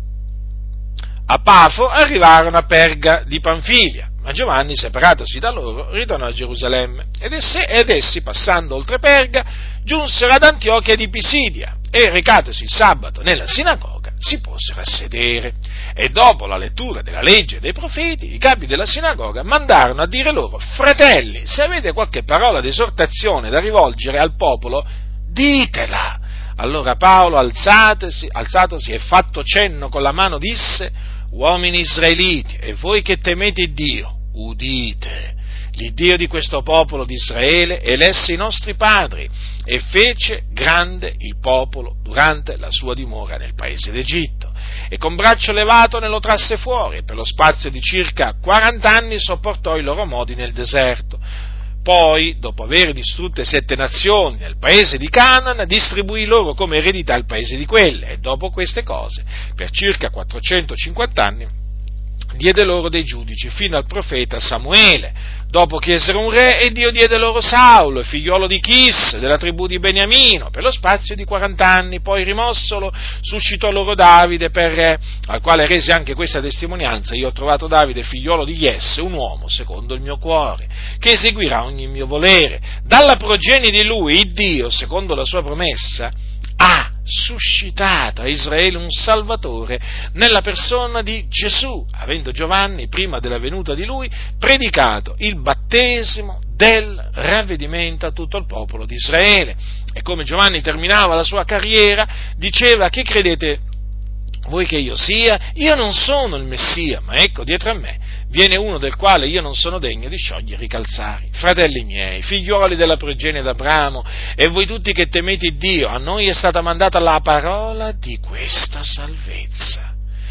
a Pafo, arrivarono a Perga di Panfilia, ma Giovanni, separatosi da loro, ritornò a Gerusalemme, ed essi, passando oltre Perga, giunsero ad Antiochia di Pisidia, e recatosi il sabato nella sinagoga, si posero a sedere, e dopo la lettura della legge e dei profeti, i capi della sinagoga mandarono a dire loro: fratelli, se avete qualche parola di esortazione da rivolgere al popolo, ditela. Allora Paolo, alzatosi e fatto cenno con la mano, disse: uomini israeliti, e voi che temete Dio, udite. L'Iddio di questo popolo di Israele elesse i nostri padri e fece grande il popolo durante la sua dimora nel paese d'Egitto, e con braccio levato ne lo trasse fuori, e per lo spazio di circa 40 anni sopportò i loro modi nel deserto. Poi, dopo aver distrutte 7 nazioni nel paese di Canaan, distribuì loro come eredità il paese di quelle, e dopo queste cose, per circa 450 anni, diede loro dei giudici, fino al profeta Samuele. Dopo chiesero un re, e Dio diede loro Saulo, figliuolo di Chis, della tribù di Beniamino, per lo spazio di 40 anni. Poi, rimossolo, suscitò loro Davide per re, al quale rese anche questa testimonianza: io ho trovato Davide, figliuolo di Jesse, un uomo secondo il mio cuore, che eseguirà ogni mio volere. Dalla progenie di lui, il Dio, secondo la sua promessa, ha suscitato a Israele un Salvatore nella persona di Gesù, avendo Giovanni, prima della venuta di lui, predicato il battesimo del ravvedimento a tutto il popolo di Israele. E come Giovanni terminava la sua carriera, diceva: che credete vuoi che io sia? Io non sono il Messia, ma ecco, dietro a me viene uno del quale io non sono degno di sciogliere i calzari. Fratelli miei, figliuoli della progenie d'Abramo, e voi tutti che temete Dio, a noi è stata mandata la parola di questa salvezza.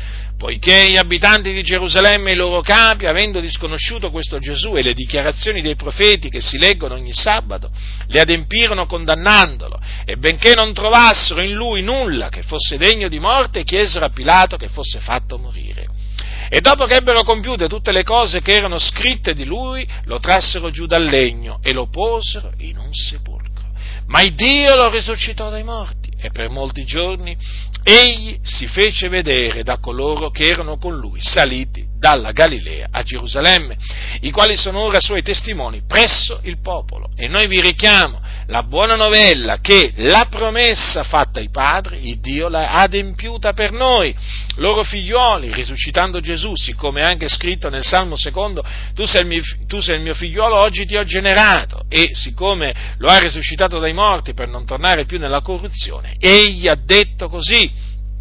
Poiché gli abitanti di Gerusalemme e i loro capi, avendo disconosciuto questo Gesù e le dichiarazioni dei profeti che si leggono ogni sabato, le adempirono condannandolo, e benché non trovassero in lui nulla che fosse degno di morte, chiesero a Pilato che fosse fatto morire. E dopo che ebbero compiute tutte le cose che erano scritte di lui, lo trassero giù dal legno e lo posero in un sepolcro. Ma il Dio lo risuscitò dai morti, e per molti giorni egli si fece vedere da coloro che erano con lui, saliti dalla Galilea a Gerusalemme, i quali sono ora suoi testimoni presso il popolo. E noi vi richiamo la buona novella che la promessa fatta ai padri, il Dio l'ha adempiuta per noi, loro figliuoli, risuscitando Gesù, siccome è anche scritto nel Salmo secondo, tu sei il mio figliuolo, oggi ti ho generato, e siccome lo ha risuscitato dai morti per non tornare più nella corruzione, egli ha detto così: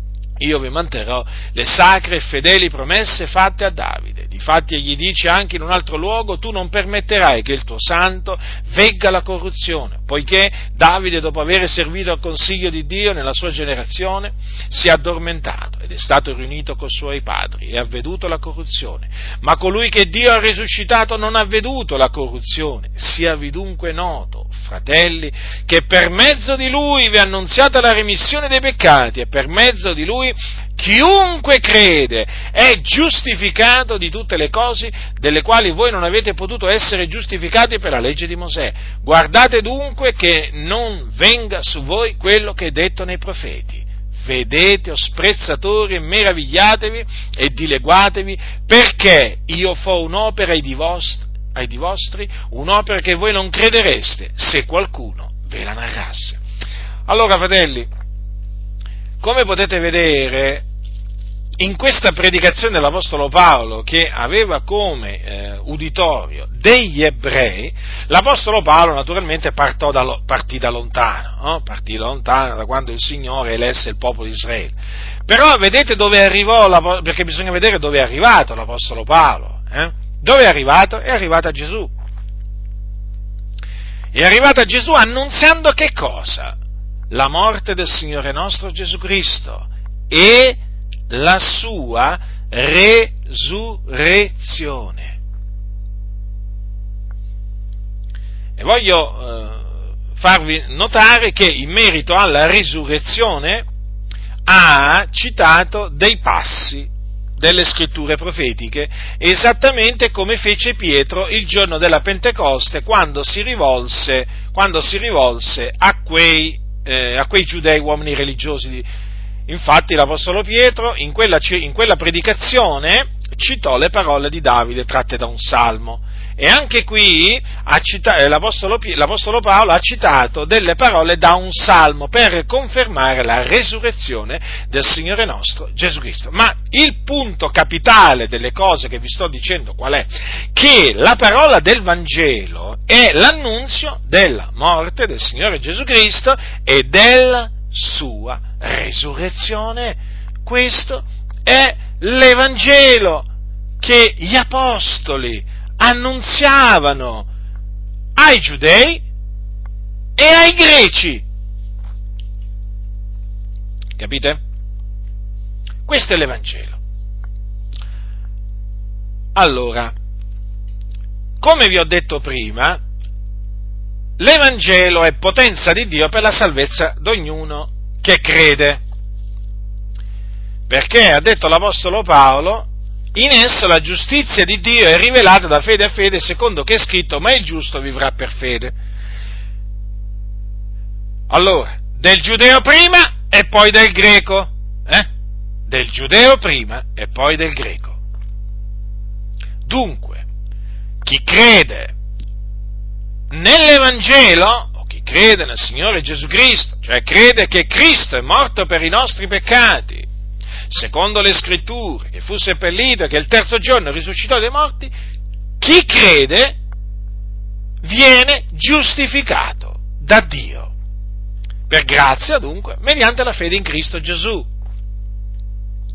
io vi manterrò le sacre e fedeli promesse fatte a Davide. Difatti egli dice anche in un altro luogo: tu non permetterai che il tuo santo vegga la corruzione, poiché Davide, dopo aver servito al consiglio di Dio nella sua generazione, si è addormentato ed è stato riunito coi suoi padri e ha veduto la corruzione. Ma colui che Dio ha risuscitato non ha veduto la corruzione. Siavi dunque noto, fratelli, che per mezzo di lui vi è annunziata la remissione dei peccati, e per mezzo di lui chiunque crede è giustificato di tutte le cose delle quali voi non avete potuto essere giustificati per la legge di Mosè. Guardate dunque che non venga su voi quello che è detto nei profeti. Vedete, o sprezzatori, e meravigliatevi e dileguatevi, perché io fo un'opera ai di vostri, un'opera che voi non credereste se qualcuno ve la narrasse. Allora, fratelli, come potete vedere, in questa predicazione dell'Apostolo Paolo, che aveva come uditorio degli ebrei, l'Apostolo Paolo naturalmente partì da lontano, no? Partì da lontano, da quando il Signore elesse il popolo di Israele. Però vedete dove arrivò, perché bisogna vedere dove è arrivato l'Apostolo Paolo. Dove è arrivato? È arrivato a Gesù. È arrivato a Gesù annunziando che cosa? La morte del Signore nostro Gesù Cristo e la sua resurrezione. E voglio farvi notare che in merito alla risurrezione ha citato dei passi delle scritture profetiche, esattamente come fece Pietro il giorno della Pentecoste, quando si rivolse a quei giudei uomini religiosi. Infatti l'Apostolo Pietro in quella predicazione citò le parole di Davide tratte da un salmo, e anche qui l'Apostolo Paolo ha citato delle parole da un salmo per confermare la resurrezione del Signore nostro Gesù Cristo. Ma il punto capitale delle cose che vi sto dicendo qual è? Che la parola del Vangelo è l'annunzio della morte del Signore Gesù Cristo e della sua resurrezione. Questo è l'Evangelo che gli apostoli annunziavano ai giudei e ai greci. Capite? Questo è l'Evangelo. Allora, come vi ho detto prima, l'Evangelo è potenza di Dio per la salvezza di ognuno che crede. Perché, ha detto l'Apostolo Paolo, in esso la giustizia di Dio è rivelata da fede a fede, secondo che è scritto: ma il giusto vivrà per fede. Allora, del giudeo prima e poi del greco. Del giudeo prima e poi del greco. Dunque, chi crede nell'Evangelo, o chi crede nel Signore Gesù Cristo, cioè crede che Cristo è morto per i nostri peccati, secondo le scritture, che fu seppellito e che il terzo giorno risuscitò dai morti, chi crede viene giustificato da Dio, per grazia dunque, mediante la fede in Cristo Gesù.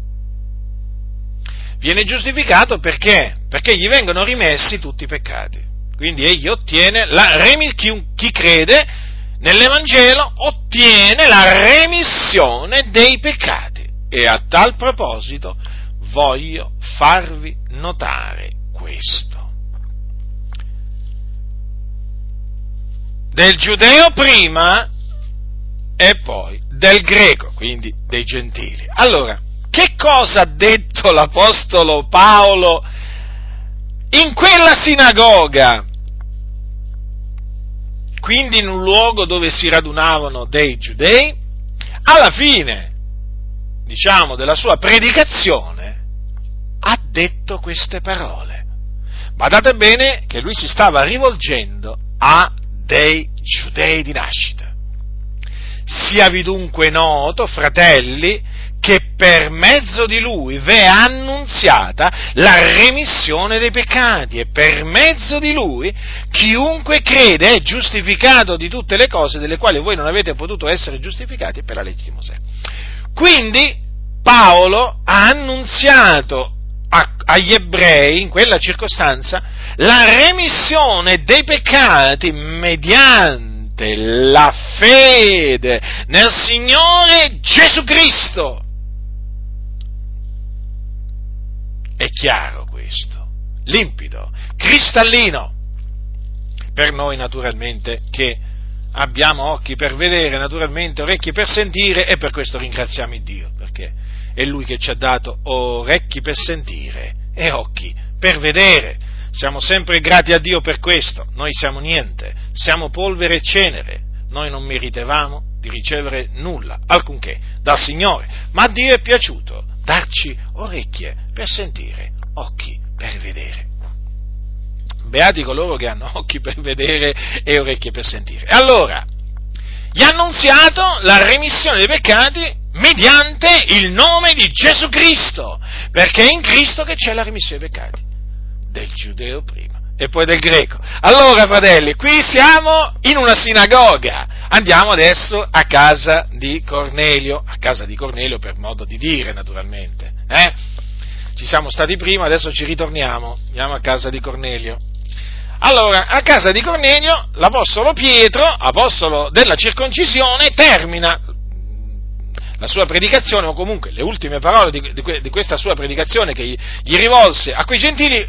Viene giustificato perché? Perché gli vengono rimessi tutti i peccati. Quindi egli ottiene chi crede nell'Evangelo ottiene la remissione dei peccati. E a tal proposito voglio farvi notare questo. Del giudeo prima e poi del greco, quindi dei gentili. Allora, che cosa ha detto l'Apostolo Paolo in quella sinagoga? Quindi in un luogo dove si radunavano dei giudei, alla fine, della sua predicazione, ha detto queste parole. Badate bene che lui si stava rivolgendo a dei giudei di nascita. Siavi dunque noto, fratelli, che per mezzo di lui v'è annunziata la remissione dei peccati e per mezzo di lui chiunque crede è giustificato di tutte le cose delle quali voi non avete potuto essere giustificati per la legge di Mosè. Quindi Paolo ha annunziato agli ebrei in quella circostanza la remissione dei peccati mediante la fede nel Signore Gesù Cristo. È chiaro questo, limpido, cristallino, per noi naturalmente che abbiamo occhi per vedere, naturalmente orecchi per sentire, e per questo ringraziamo il Dio, perché è Lui che ci ha dato orecchi per sentire e occhi per vedere. Siamo sempre grati a Dio per questo. Noi siamo niente, siamo polvere e cenere, noi non meritavamo di ricevere nulla, alcunché, dal Signore, ma a Dio è piaciuto darci orecchie per sentire, occhi per vedere. Beati coloro che hanno occhi per vedere e orecchie per sentire. Allora, gli ha annunziato la remissione dei peccati mediante il nome di Gesù Cristo, perché è in Cristo che c'è la remissione dei peccati, del giudeo prima e poi del greco. Allora, fratelli, qui siamo in una sinagoga, andiamo adesso a casa di Cornelio per modo di dire, naturalmente, Ci siamo stati prima, adesso ci ritorniamo, andiamo a casa di Cornelio. Allora, a casa di Cornelio, l'Apostolo Pietro, apostolo della circoncisione, termina la sua predicazione, o comunque le ultime parole di questa sua predicazione che gli rivolse a quei gentili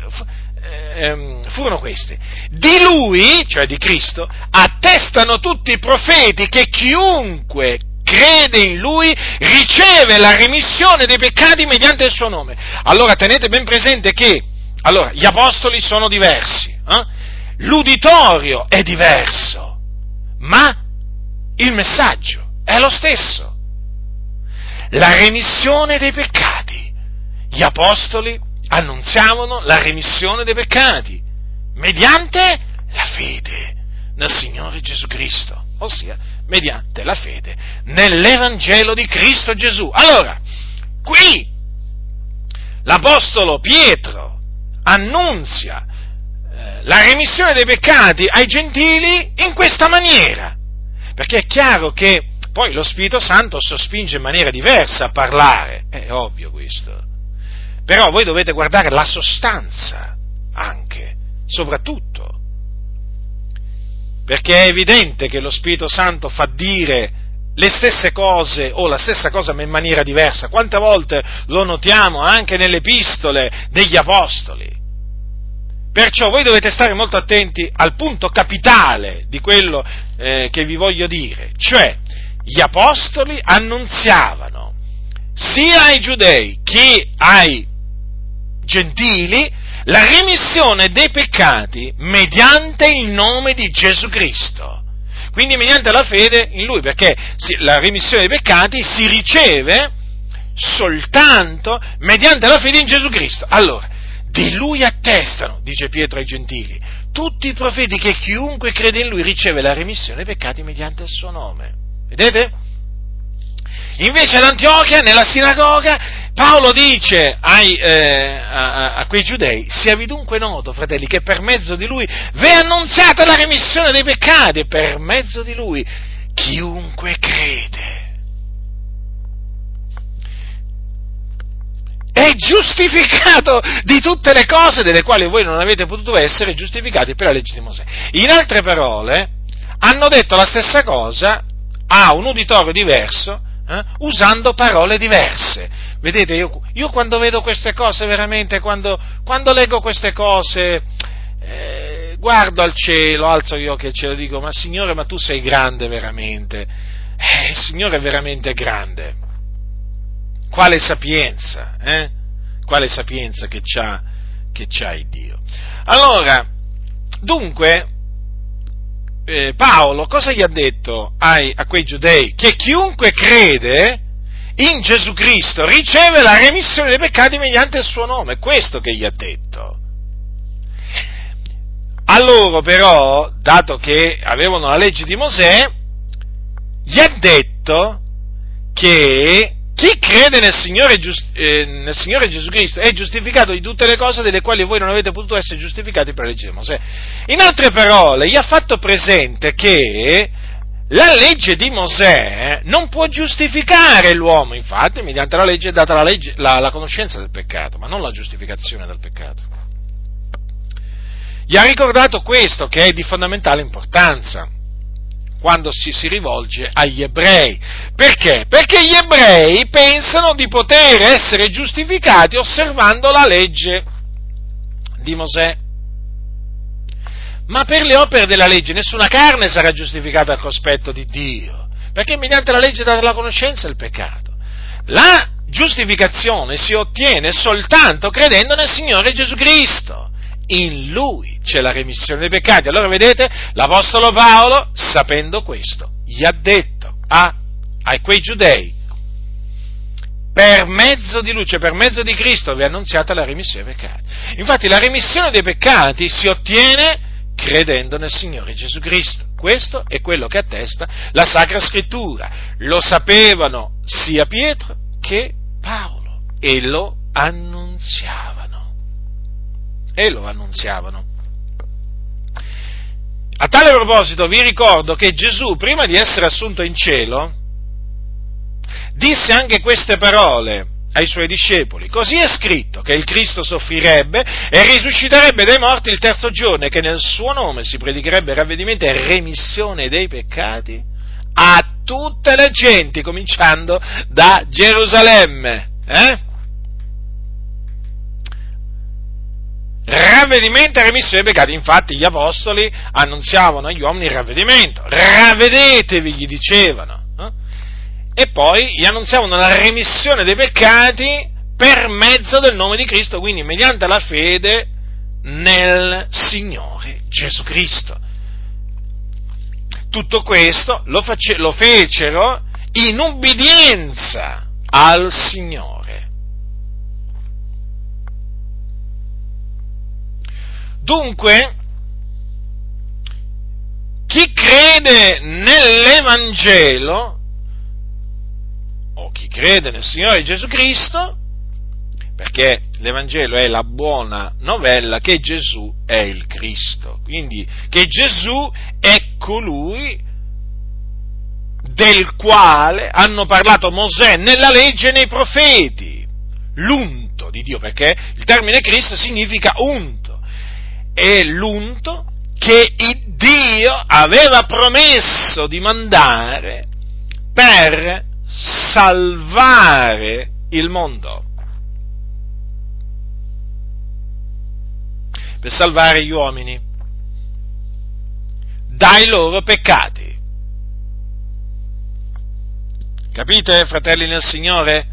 furono queste: di lui, cioè di Cristo, attestano tutti i profeti che chiunque crede in lui riceve la remissione dei peccati mediante il suo nome. Allora tenete ben presente che gli apostoli sono diversi, l'uditorio è diverso, ma il messaggio è lo stesso. La remissione dei peccati. Gli apostoli annunziavano la remissione dei peccati mediante la fede nel Signore Gesù Cristo, ossia mediante la fede nell'Evangelo di Cristo Gesù. Allora, qui l'Apostolo Pietro annunzia la remissione dei peccati ai gentili in questa maniera, perché è chiaro che poi lo Spirito Santo sospinge in maniera diversa a parlare, è ovvio questo, però voi dovete guardare la sostanza anche, soprattutto, perché è evidente che lo Spirito Santo fa dire le stesse cose o la stessa cosa ma in maniera diversa. Quante volte lo notiamo anche nelle epistole degli apostoli. Perciò voi dovete stare molto attenti al punto capitale di quello che vi voglio dire, cioè gli apostoli annunziavano sia ai giudei che ai gentili la remissione dei peccati mediante il nome di Gesù Cristo, quindi mediante la fede in Lui, perché la remissione dei peccati si riceve soltanto mediante la fede in Gesù Cristo. Allora, di Lui attestano, dice Pietro ai gentili, tutti i profeti che chiunque crede in Lui riceve la remissione dei peccati mediante il suo nome. Vedete? Invece ad Antiochia, nella sinagoga, Paolo dice a quei giudei: siavi dunque noto, fratelli, che per mezzo di lui v'è annunziata la remissione dei peccati, e per mezzo di lui chiunque crede è è giustificato di tutte le cose delle quali voi non avete potuto essere giustificati per la legge di Mosè. In altre parole, hanno detto la stessa cosa a un uditorio diverso, usando parole diverse. Vedete, io quando vedo queste cose, veramente, quando leggo queste cose, guardo al cielo, alzo gli occhi al cielo e dico: ma Signore, ma tu sei grande veramente, il Signore è veramente grande. Quale sapienza, Quale sapienza che c'ha il Dio. Allora, dunque, Paolo cosa gli ha detto a quei giudei? Che chiunque crede in Gesù Cristo riceve la remissione dei peccati mediante il suo nome. È questo che gli ha detto. A loro però, dato che avevano la legge di Mosè, gli ha detto che chi crede nel Signore Gesù Cristo è giustificato di tutte le cose delle quali voi non avete potuto essere giustificati per la legge di Mosè. In altre parole, gli ha fatto presente che la legge di Mosè non può giustificare l'uomo, infatti mediante la legge è data la conoscenza del peccato, ma non la giustificazione del peccato. Gli ha ricordato questo, che è di fondamentale importanza quando si rivolge agli ebrei. Perché? Perché gli ebrei pensano di poter essere giustificati osservando la legge di Mosè. Ma per le opere della legge nessuna carne sarà giustificata al cospetto di Dio, perché mediante la legge è data la conoscenza del peccato. La giustificazione si ottiene soltanto credendo nel Signore Gesù Cristo. In Lui c'è la remissione dei peccati. Allora vedete, l'Apostolo Paolo, sapendo questo, gli ha detto a quei giudei: per mezzo di Lui, cioè per mezzo di Cristo, vi è annunziata la remissione dei peccati. Infatti la remissione dei peccati si ottiene credendo nel Signore Gesù Cristo. Questo è quello che attesta la Sacra Scrittura. Lo sapevano sia Pietro che Paolo e lo annunziavano. A tale proposito vi ricordo che Gesù, prima di essere assunto in cielo, disse anche queste parole ai suoi discepoli: così è scritto che il Cristo soffrirebbe e risusciterebbe dai morti il terzo giorno, e che nel suo nome si predicherebbe ravvedimento e remissione dei peccati a tutte le genti, cominciando da Gerusalemme. Ravvedimento e remissione dei peccati. Infatti gli apostoli annunziavano agli uomini il ravvedimento: ravvedetevi, gli dicevano, e poi gli annunziavano la remissione dei peccati per mezzo del nome di Cristo, quindi mediante la fede nel Signore Gesù Cristo. Tutto questo lo fecero in ubbidienza al Signore. Dunque, chi crede nell'Evangelo, o chi crede nel Signore Gesù Cristo, perché l'Evangelo è la buona novella che Gesù è il Cristo, quindi che Gesù è colui del quale hanno parlato Mosè nella legge e nei profeti, l'unto di Dio, perché il termine Cristo significa unto. È l'unto che Dio aveva promesso di mandare per salvare il mondo, per salvare gli uomini dai loro peccati. Capite, fratelli nel Signore?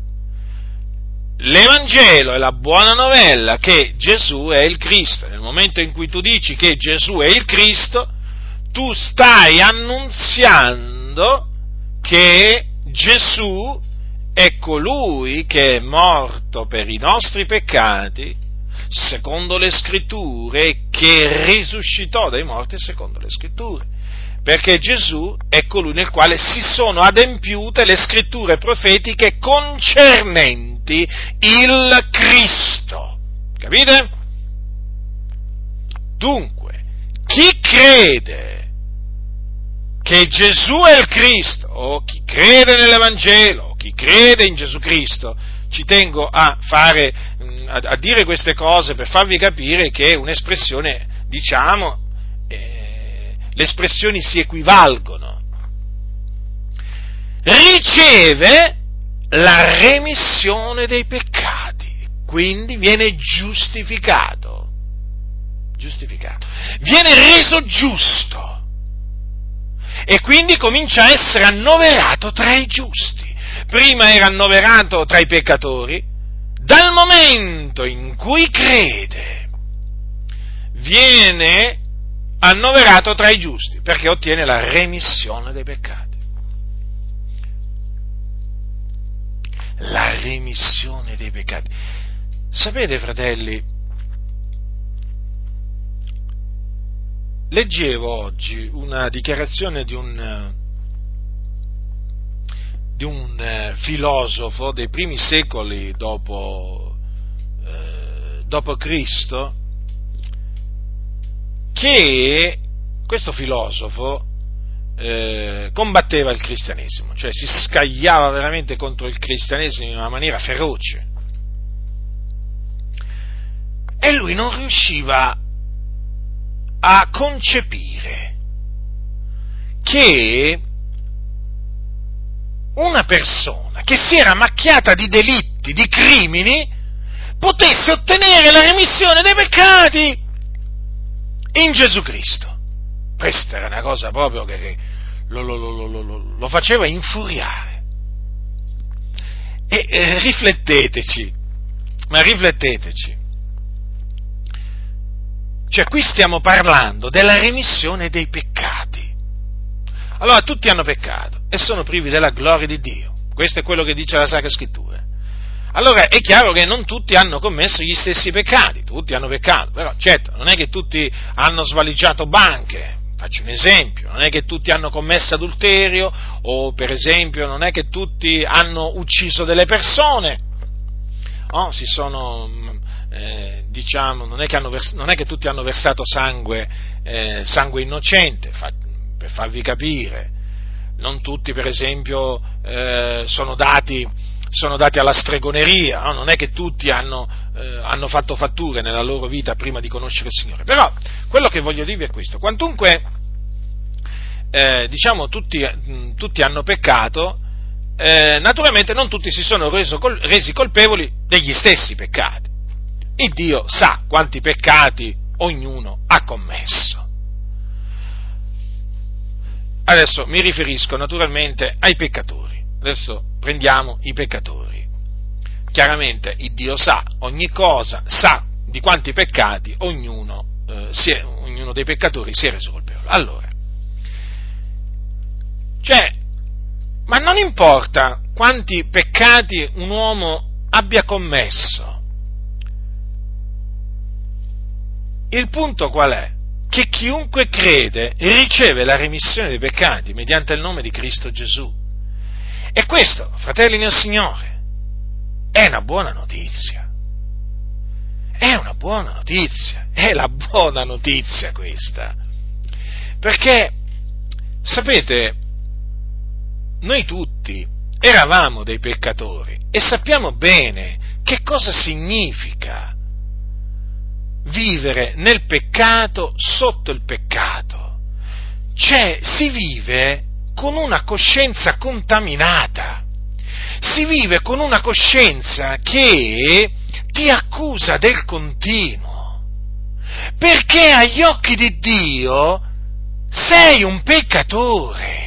L'Evangelo è la buona novella che Gesù è il Cristo. Nel momento in cui tu dici che Gesù è il Cristo, tu stai annunziando che Gesù è colui che è morto per i nostri peccati, secondo le Scritture, e che risuscitò dai morti secondo le Scritture. Perché Gesù è colui nel quale si sono adempiute le Scritture profetiche concernenti il Cristo. Capite? Dunque, chi crede che Gesù è il Cristo, o chi crede nell'Evangelo, o chi crede in Gesù Cristo, ci tengo a dire queste cose per farvi capire che è un'espressione, diciamo, le espressioni si equivalgono. Riceve la remissione dei peccati, quindi viene giustificato, viene reso giusto e quindi comincia a essere annoverato tra i giusti. Prima era annoverato tra i peccatori, dal momento in cui crede viene annoverato tra i giusti, perché ottiene la remissione dei peccati. La remissione dei peccati. Sapete, fratelli, leggevo oggi una dichiarazione di un filosofo dei primi secoli dopo Cristo, che questo filosofo combatteva il cristianesimo, cioè si scagliava veramente contro il cristianesimo in una maniera feroce, e lui non riusciva a concepire che una persona che si era macchiata di delitti, di crimini, potesse ottenere la remissione dei peccati in Gesù Cristo. Questa era una cosa proprio che lo faceva infuriare. E rifletteteci. Cioè, qui stiamo parlando della remissione dei peccati. Allora, tutti hanno peccato e sono privi della gloria di Dio. Questo è quello che dice la Sacra Scrittura. Allora, è chiaro che non tutti hanno commesso gli stessi peccati, tutti hanno peccato, però certo, non è che tutti hanno svaligiato banche. Faccio un esempio, non è che tutti hanno commesso adulterio, o per esempio non è che tutti hanno ucciso delle persone, no? Non è che tutti hanno versato sangue innocente, per farvi capire. Non tutti, per esempio, sono dati alla stregoneria, no? Non è che tutti hanno fatto fatture nella loro vita prima di conoscere il Signore. Però quello che voglio dirvi è questo: quantunque tutti hanno peccato, naturalmente non tutti si sono resi colpevoli degli stessi peccati. Il Dio sa quanti peccati ognuno ha commesso. Adesso mi riferisco naturalmente ai peccatori. Adesso prendiamo i peccatori. Chiaramente il Dio sa ogni cosa, sa di quanti peccati ognuno dei peccatori si è reso colpevole. Allora, ma non importa quanti peccati un uomo abbia commesso. Il punto qual è? Che chiunque crede riceve la remissione dei peccati mediante il nome di Cristo Gesù. E questo, fratelli nel Signore, è una buona notizia. È una buona notizia, è la buona notizia questa. Perché, sapete, noi tutti eravamo dei peccatori e sappiamo bene che cosa significa vivere nel peccato, sotto il peccato. Cioè, si vive con una coscienza contaminata, si vive con una coscienza che ti accusa del continuo, perché agli occhi di Dio sei un peccatore.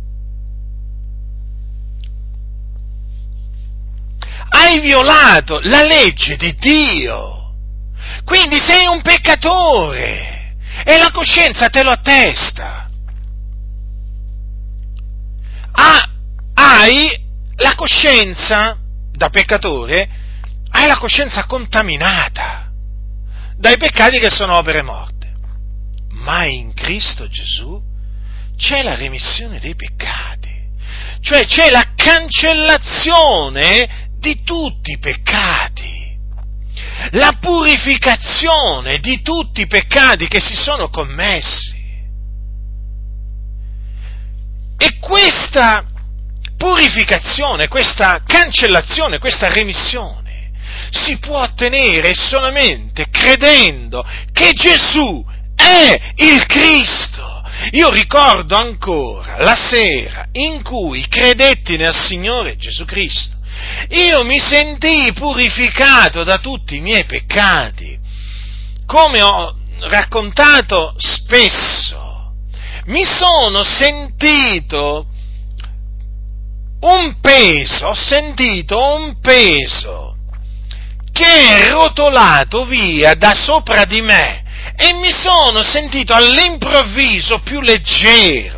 Hai violato la legge di Dio. Quindi sei un peccatore e la coscienza te lo attesta. Hai la coscienza, da peccatore, hai la coscienza contaminata dai peccati che sono opere morte. Ma in Cristo Gesù c'è la remissione dei peccati, cioè c'è la cancellazione di tutti i peccati. La purificazione di tutti i peccati che si sono commessi. E questa purificazione, questa cancellazione, questa remissione si può ottenere solamente credendo che Gesù è il Cristo. Io ricordo ancora la sera in cui credetti nel Signore Gesù Cristo. Io mi sentii purificato da tutti i miei peccati, come ho raccontato spesso. Mi sono sentito ho sentito un peso che è rotolato via da sopra di me e mi sono sentito all'improvviso più leggero.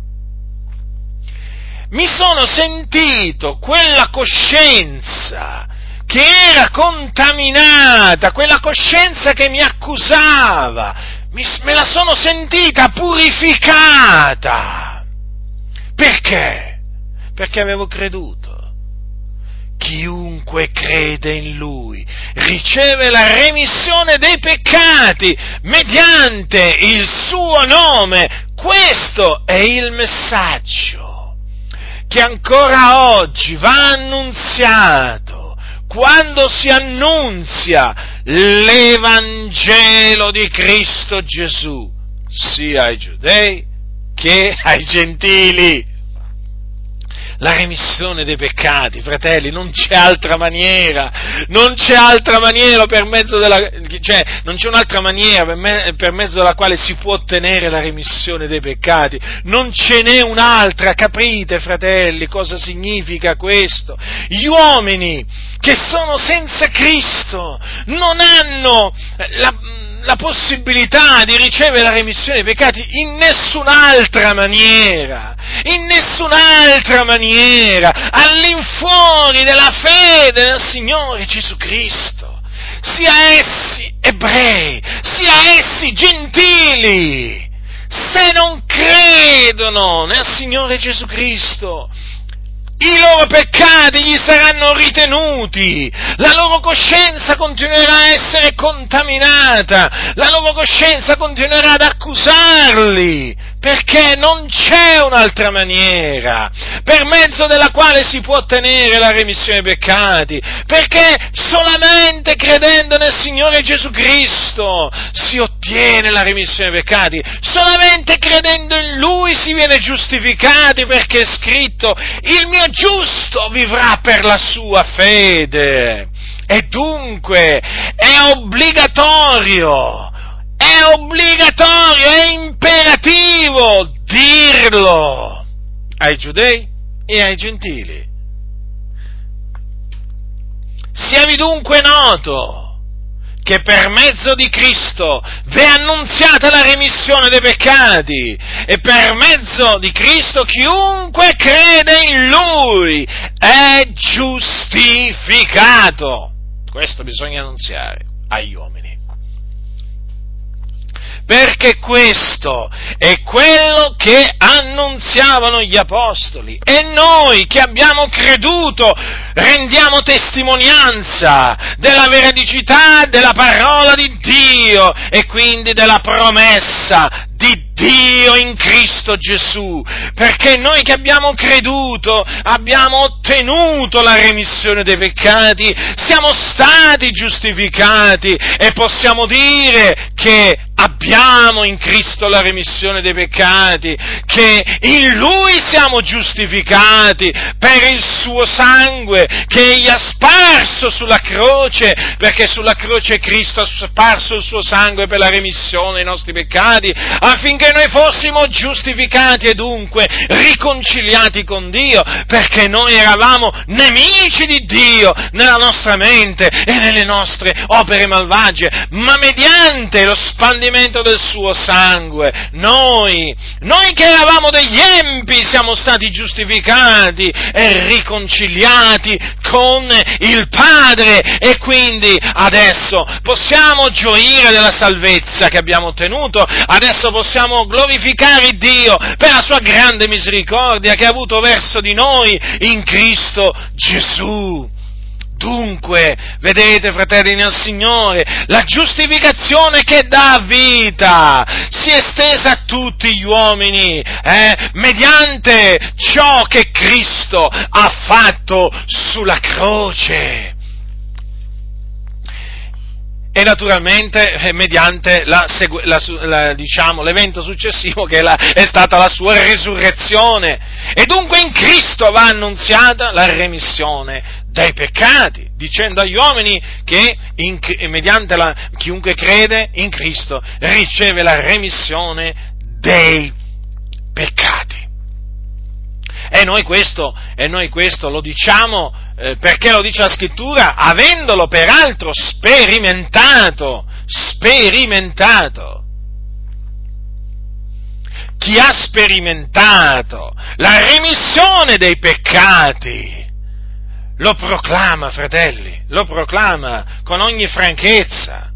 Mi sono sentito quella coscienza che era contaminata, quella coscienza che mi accusava, me la sono sentita purificata. Perché? Perché avevo creduto. Chiunque crede in Lui riceve la remissione dei peccati mediante il suo nome. Questo è il messaggio che ancora oggi va annunziato quando si annunzia l'Evangelo di Cristo Gesù, sia ai giudei che ai gentili. La remissione dei peccati, fratelli, non c'è altra maniera non c'è un'altra maniera per mezzo della quale si può ottenere la remissione dei peccati, non ce n'è un'altra, capite, fratelli, cosa significa questo? Gli uomini che sono senza Cristo non hanno la possibilità di ricevere la remissione dei peccati in nessun'altra maniera, all'infuori della fede nel Signore Gesù Cristo, sia essi ebrei, sia essi gentili. Se non credono nel Signore Gesù Cristo, i loro peccati gli saranno ritenuti, la loro coscienza continuerà a essere contaminata, la loro coscienza continuerà ad accusarli, perché non c'è un'altra maniera per mezzo della quale si può ottenere la remissione dei peccati, perché solamente credendo nel Signore Gesù Cristo si ottiene la remissione dei peccati, solamente credendo in Lui si viene giustificati, perché è scritto: il mio giusto vivrà per la sua fede. E dunque è obbligatorio, è imperativo dirlo ai giudei e ai gentili. Siavi dunque noto che per mezzo di Cristo v'è annunziata la remissione dei peccati, e per mezzo di Cristo chiunque crede in Lui è giustificato. Questo bisogna annunziare agli uomini, perché questo è quello che annunziavano gli apostoli, e noi che abbiamo creduto rendiamo testimonianza della veridicità della parola di Dio e quindi della promessa di Dio in Cristo Gesù, perché noi che abbiamo creduto abbiamo ottenuto la remissione dei peccati, siamo stati giustificati e possiamo dire che abbiamo in Cristo la remissione dei peccati, che in Lui siamo giustificati per il suo sangue che Egli ha sparso sulla croce, perché sulla croce Cristo ha sparso il suo sangue per la remissione dei nostri peccati, affinché noi fossimo giustificati e dunque riconciliati con Dio, perché noi eravamo nemici di Dio nella nostra mente e nelle nostre opere malvagie, ma mediante lo spandimento del suo sangue noi che eravamo degli empi siamo stati giustificati e riconciliati con il Padre, e quindi adesso possiamo gioire della salvezza che abbiamo ottenuto, adesso possiamo glorificare Dio per la sua grande misericordia che ha avuto verso di noi in Cristo Gesù. Dunque, vedete, fratelli nel Signore, la giustificazione che dà vita si è estesa a tutti gli uomini, mediante ciò che Cristo ha fatto sulla croce. E naturalmente mediante l'evento successivo che è stata la sua risurrezione. E dunque in Cristo va annunziata la remissione dei peccati, dicendo agli uomini che chiunque crede in Cristo riceve la remissione dei peccati. E noi questo lo diciamo perché lo dice la Scrittura, avendolo peraltro sperimentato. Chi ha sperimentato la remissione dei peccati lo proclama, fratelli, lo proclama con ogni franchezza.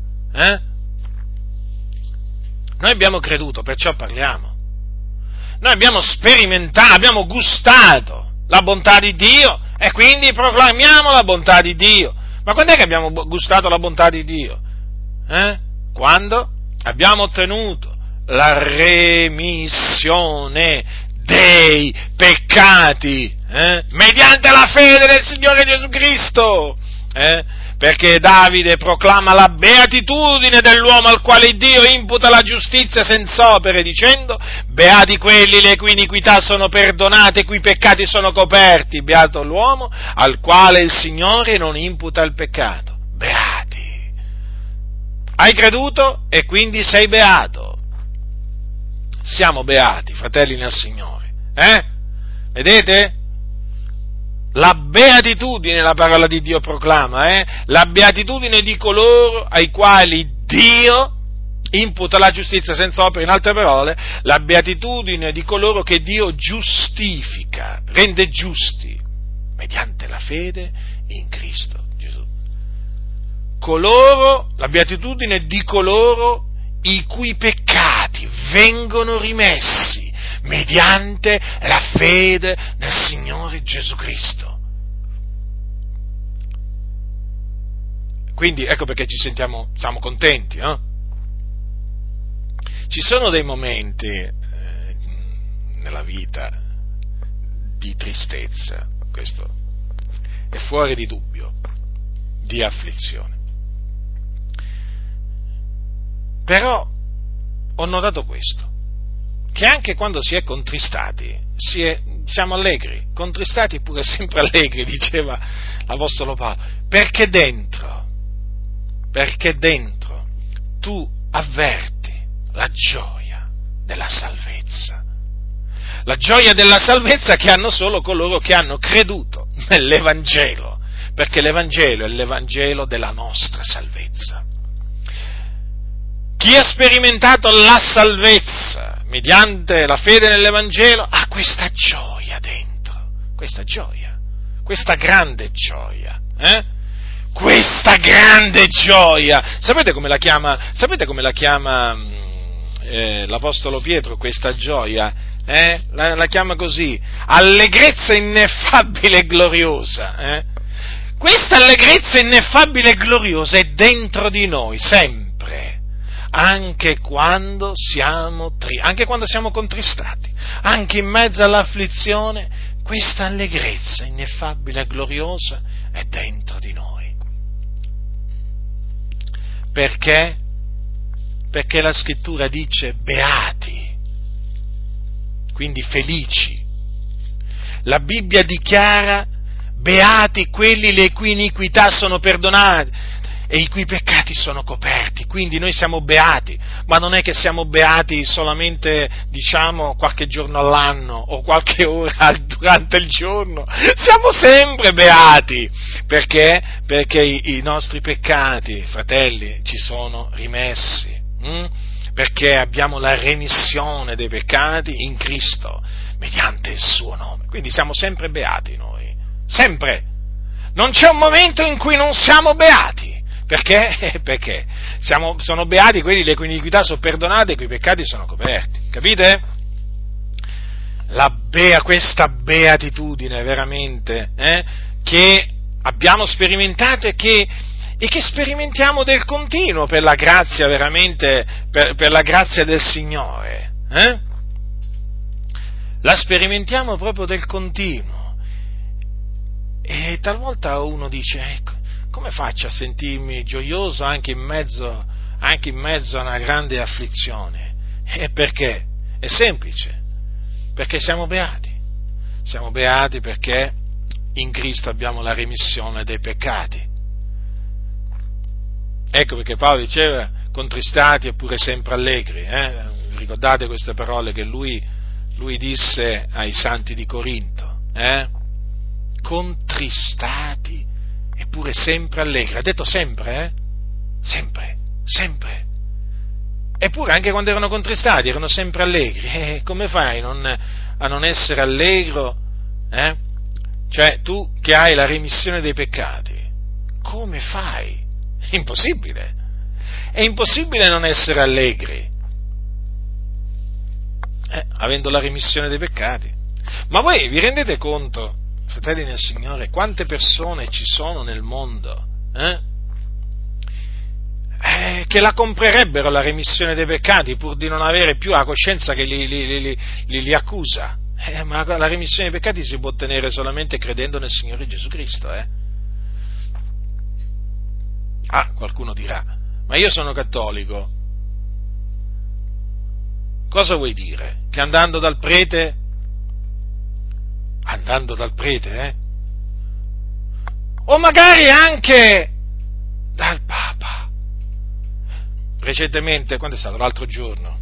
Noi abbiamo creduto, perciò parliamo. Noi abbiamo sperimentato, abbiamo gustato la bontà di Dio e quindi proclamiamo la bontà di Dio. Ma quando è che abbiamo gustato la bontà di Dio? Quando abbiamo ottenuto la remissione dei peccati, mediante la fede nel Signore Gesù Cristo. Perché Davide proclama la beatitudine dell'uomo al quale Dio imputa la giustizia senza opere, dicendo: beati quelli le cui iniquità sono perdonate, i cui peccati sono coperti, beato l'uomo al quale il Signore non imputa il peccato. Beati. Hai creduto e quindi sei beato. Siamo beati, fratelli nel Signore. Vedete? La beatitudine, la parola di Dio proclama, la beatitudine di coloro ai quali Dio imputa la giustizia senza opere, in altre parole, la beatitudine di coloro che Dio giustifica, rende giusti, mediante la fede in Cristo Gesù. La beatitudine di coloro i cui peccati vengono rimessi mediante la fede nel Signore Gesù Cristo. Quindi ecco perché siamo contenti, no? Ci sono dei momenti nella vita di tristezza, questo è fuori di dubbio, di afflizione. Però ho notato questo, che anche quando si è contristati, siamo allegri, contristati pure sempre allegri, diceva l'Apostolo Paolo, perché dentro tu avverti la gioia della salvezza che hanno solo coloro che hanno creduto nell'Evangelo, perché l'Evangelo è l'Evangelo della nostra salvezza. Chi ha sperimentato la salvezza mediante la fede nell'Evangelo ha questa gioia dentro, questa grande gioia, questa grande gioia. Sapete come la chiama l'Apostolo Pietro questa gioia? La chiama così: allegrezza ineffabile e gloriosa. Questa allegrezza ineffabile e gloriosa è dentro di noi sempre. Anche quando siamo contristati, anche in mezzo all'afflizione, questa allegrezza ineffabile e gloriosa è dentro di noi. Perché? Perché la Scrittura dice beati, quindi felici. La Bibbia dichiara beati quelli le cui iniquità sono perdonate e i cui peccati sono coperti. Quindi noi siamo beati, ma non è che siamo beati solamente, qualche giorno all'anno o qualche ora durante il giorno, siamo sempre beati. Perché? Perché i nostri peccati, fratelli, ci sono rimessi, perché abbiamo la remissione dei peccati in Cristo, mediante il suo nome. Quindi siamo sempre beati noi, sempre. Non c'è un momento in cui non siamo beati. Perché? Perché sono beati quelli le cui iniquità sono perdonate e i cui peccati sono coperti. Capite? Questa beatitudine veramente che abbiamo sperimentato e che sperimentiamo del continuo per la grazia veramente, per la grazia del Signore. La sperimentiamo proprio del continuo. E talvolta uno dice, ecco, come faccio a sentirmi gioioso anche in mezzo a una grande afflizione? E perché? È semplice, perché siamo beati. Siamo beati perché in Cristo abbiamo la remissione dei peccati. Ecco perché Paolo diceva, contristati eppure sempre allegri. Ricordate queste parole che lui disse ai santi di Corinto? Contristati eppure sempre allegri. Ha detto sempre, sempre, sempre. Eppure anche quando erano contristati erano sempre allegri. Come fai a non essere allegro? Cioè, tu che hai la remissione dei peccati, come fai? È impossibile. È impossibile non essere allegri, avendo la remissione dei peccati. Ma voi vi rendete conto, fratelli nel Signore, quante persone ci sono nel mondo, che la comprerebbero la remissione dei peccati pur di non avere più la coscienza che li accusa? Ma la remissione dei peccati si può ottenere solamente credendo nel Signore Gesù Cristo, qualcuno dirà, ma io sono cattolico. Cosa vuoi dire? Che andando dal prete, o magari anche dal Papa. Recentemente, quando è stato? L'altro giorno,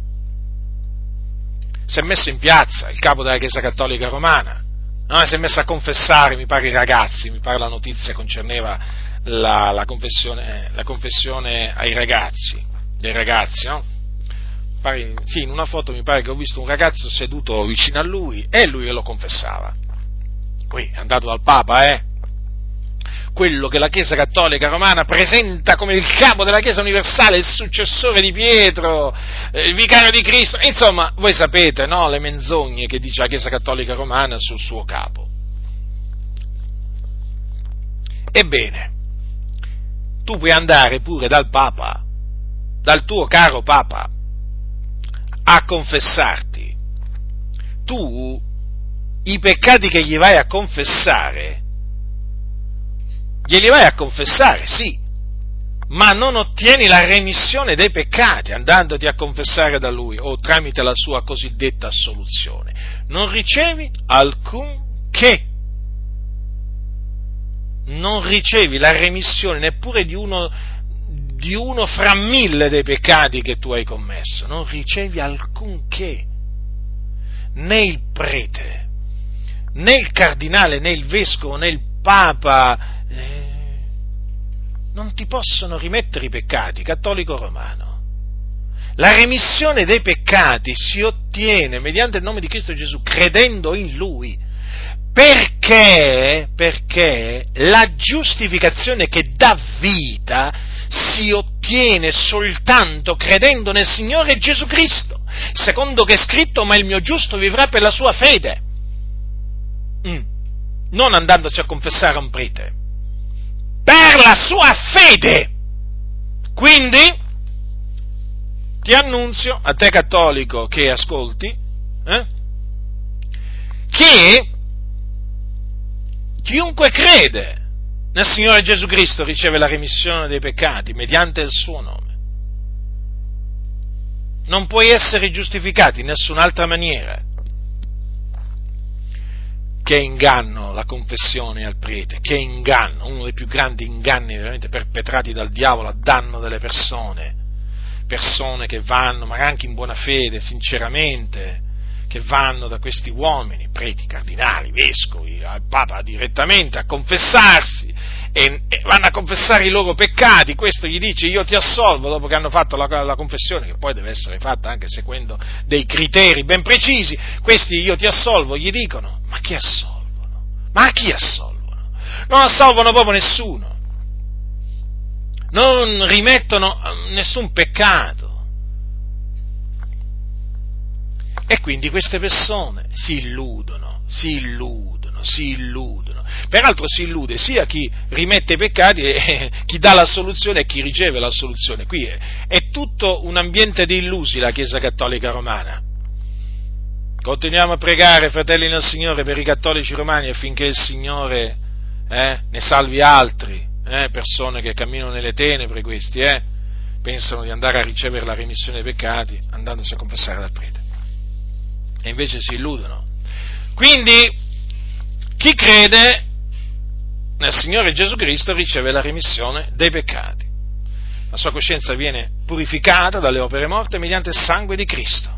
si è messo in piazza il capo della Chiesa Cattolica Romana, si è messo a confessare, mi pare, i ragazzi, mi pare la notizia concerneva la confessione ai ragazzi, dei ragazzi, no? Sì, in una foto mi pare che ho visto un ragazzo seduto vicino a lui e lui lo confessava. Poi è andato dal Papa, quello che la Chiesa Cattolica Romana presenta come il capo della Chiesa universale, il successore di Pietro, il vicario di Cristo. Insomma, voi sapete, no, le menzogne che dice la Chiesa Cattolica Romana sul suo capo. Ebbene, tu puoi andare pure dal Papa, dal tuo caro Papa, a confessarti. Tu i peccati che gli vai a confessare, glieli vai a confessare, sì, ma non ottieni la remissione dei peccati andandoti a confessare da lui o tramite la sua cosiddetta assoluzione. Non ricevi alcunché. Non ricevi la remissione neppure di uno fra 1000 dei peccati che tu hai commesso. Non ricevi alcunché. Né il prete, né il cardinale, né il vescovo, né il Papa non ti possono rimettere i peccati, cattolico romano. La remissione dei peccati si ottiene mediante il nome di Cristo Gesù, credendo in Lui. Perché la giustificazione che dà vita si ottiene soltanto credendo nel Signore Gesù Cristo, secondo che è scritto, ma il mio giusto vivrà per la sua fede. Non andandoci a confessare a un prete, per la sua fede. Quindi ti annunzio, a te cattolico che ascolti, che chiunque crede nel Signore Gesù Cristo riceve la remissione dei peccati mediante il suo nome. Non puoi essere giustificati in nessun'altra maniera. Che inganno la confessione al prete, che inganno, uno dei più grandi inganni veramente perpetrati dal diavolo a danno delle persone che vanno, magari anche in buona fede, sinceramente, che vanno da questi uomini, preti, cardinali, vescovi, al Papa direttamente a confessarsi, e vanno a confessare i loro peccati. Questo gli dice: io ti assolvo, dopo che hanno fatto la confessione, che poi deve essere fatta anche seguendo dei criteri ben precisi. Questi: io ti assolvo, gli dicono. Ma chi assolvono? Ma a chi assolvono? Non assolvono proprio nessuno, non rimettono nessun peccato. E quindi queste persone si illudono illudono. Peraltro si illude sia chi rimette i peccati, chi dà l'assoluzione e chi riceve l'assoluzione. Qui è tutto un ambiente di illusi la Chiesa Cattolica Romana. Continuiamo a pregare, fratelli nel Signore, per i cattolici romani affinché il Signore ne salvi altri, persone che camminano nelle tenebre, questi pensano di andare a ricevere la remissione dei peccati andandosi a confessare dal prete. E invece si illudono. Quindi, chi crede nel Signore Gesù Cristo riceve la remissione dei peccati. La sua coscienza viene purificata dalle opere morte mediante il sangue di Cristo.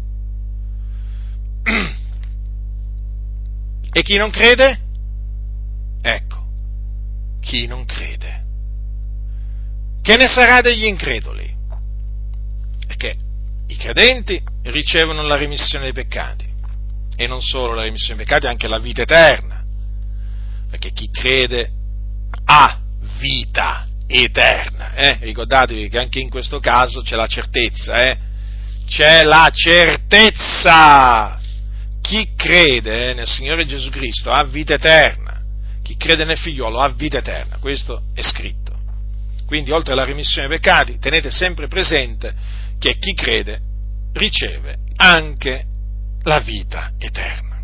E chi non crede? Ecco, chi non crede. Che ne sarà degli increduli? Perché i credenti ricevono la remissione dei peccati, e non solo la remissione dei peccati, anche la vita eterna, perché chi crede ha vita eterna. Ricordatevi che anche in questo caso c'è la certezza, c'è la certezza. Chi crede nel Signore Gesù Cristo ha vita eterna, chi crede nel Figliolo ha vita eterna, questo è scritto. Quindi, oltre alla remissione dei peccati, tenete sempre presente che chi crede riceve anche la vita eterna.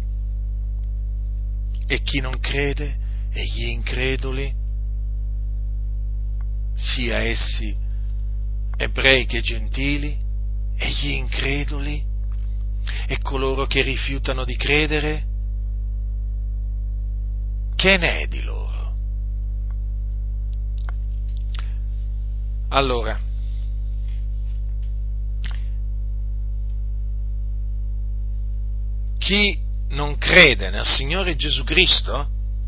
E chi non crede, e gli increduli, sia essi ebrei che gentili, e gli increduli, e coloro che rifiutano di credere, che ne è di loro? Allora, chi non crede nel Signore Gesù Cristo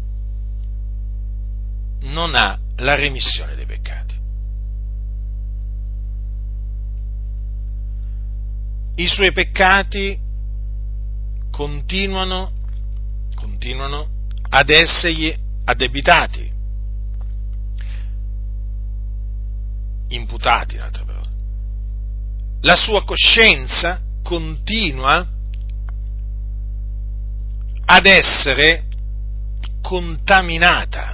non ha la remissione dei peccati. I suoi peccati continuano ad essergli addebitati, imputati, in altre parole. La sua coscienza continua ad essere contaminata.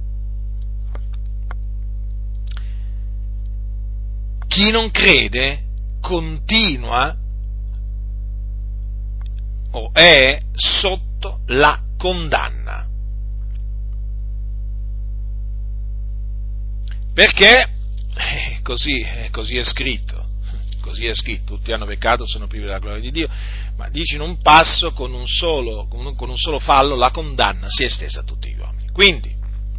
Chi non crede continua o è sotto la condanna. Perché così è scritto, tutti hanno peccato, sono privi della gloria di Dio, ma dice in un passo, con un solo fallo, la condanna si è estesa a tutti gli uomini. Quindi,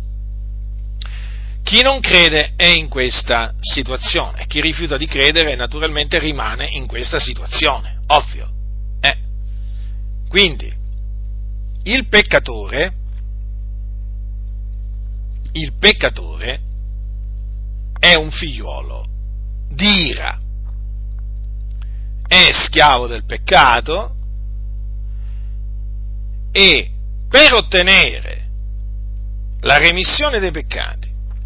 chi non crede è in questa situazione, chi rifiuta di credere naturalmente rimane in questa situazione, ovvio. Quindi, il peccatore è un figliuolo di ira, è schiavo del peccato e per ottenere la remissione dei peccati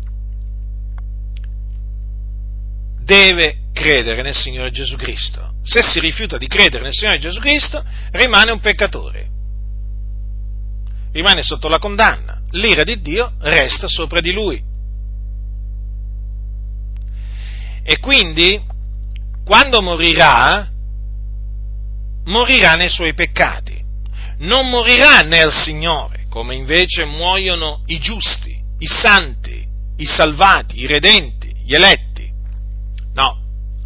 deve credere nel Signore Gesù Cristo. Se si rifiuta di credere nel Signore Gesù Cristo, rimane un peccatore, rimane sotto la condanna, l'ira di Dio resta sopra di lui. E quindi, quando morirà nei suoi peccati, non morirà nel Signore, come invece muoiono i giusti, i santi, i salvati, i redenti, gli eletti. No.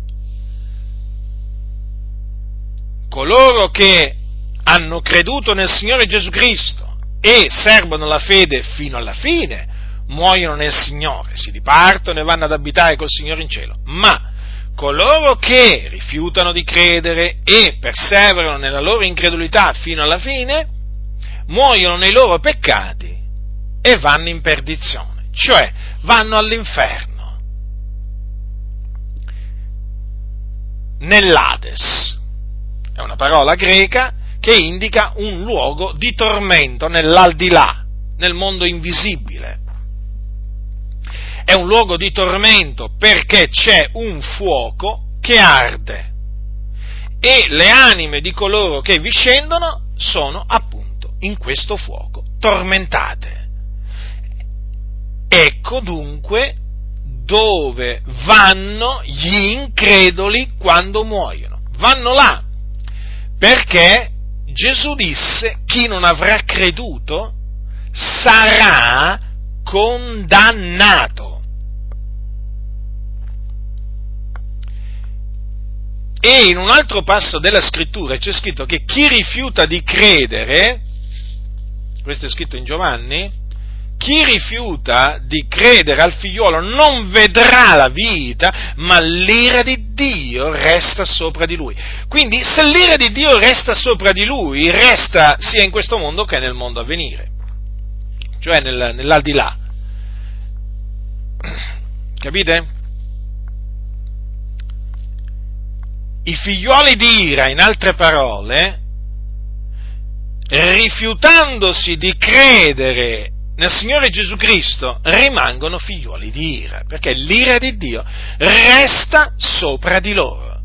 Coloro che hanno creduto nel Signore Gesù Cristo e servono la fede fino alla fine, muoiono nel Signore, si dipartono e vanno ad abitare col Signore in cielo. Ma coloro che rifiutano di credere e perseverano nella loro incredulità fino alla fine, muoiono nei loro peccati e vanno in perdizione, cioè vanno all'inferno, nell'Ades. È una parola greca che indica un luogo di tormento nell'aldilà, nel mondo invisibile. È un luogo di tormento perché c'è un fuoco che arde e le anime di coloro che vi scendono sono appunto in questo fuoco, tormentate. Ecco dunque dove vanno gli increduli quando muoiono. Vanno là, perché Gesù disse: chi non avrà creduto sarà condannato. E in un altro passo della scrittura c'è scritto che chi rifiuta di credere, questo è scritto in Giovanni, chi rifiuta di credere al figliuolo non vedrà la vita, ma l'ira di Dio resta sopra di lui. Quindi se l'ira di Dio resta sopra di lui, resta sia in questo mondo che nel mondo a venire, cioè nell'aldilà. Capite? I figliuoli di ira, in altre parole, rifiutandosi di credere nel Signore Gesù Cristo, rimangono figliuoli di ira, perché l'ira di Dio resta sopra di loro.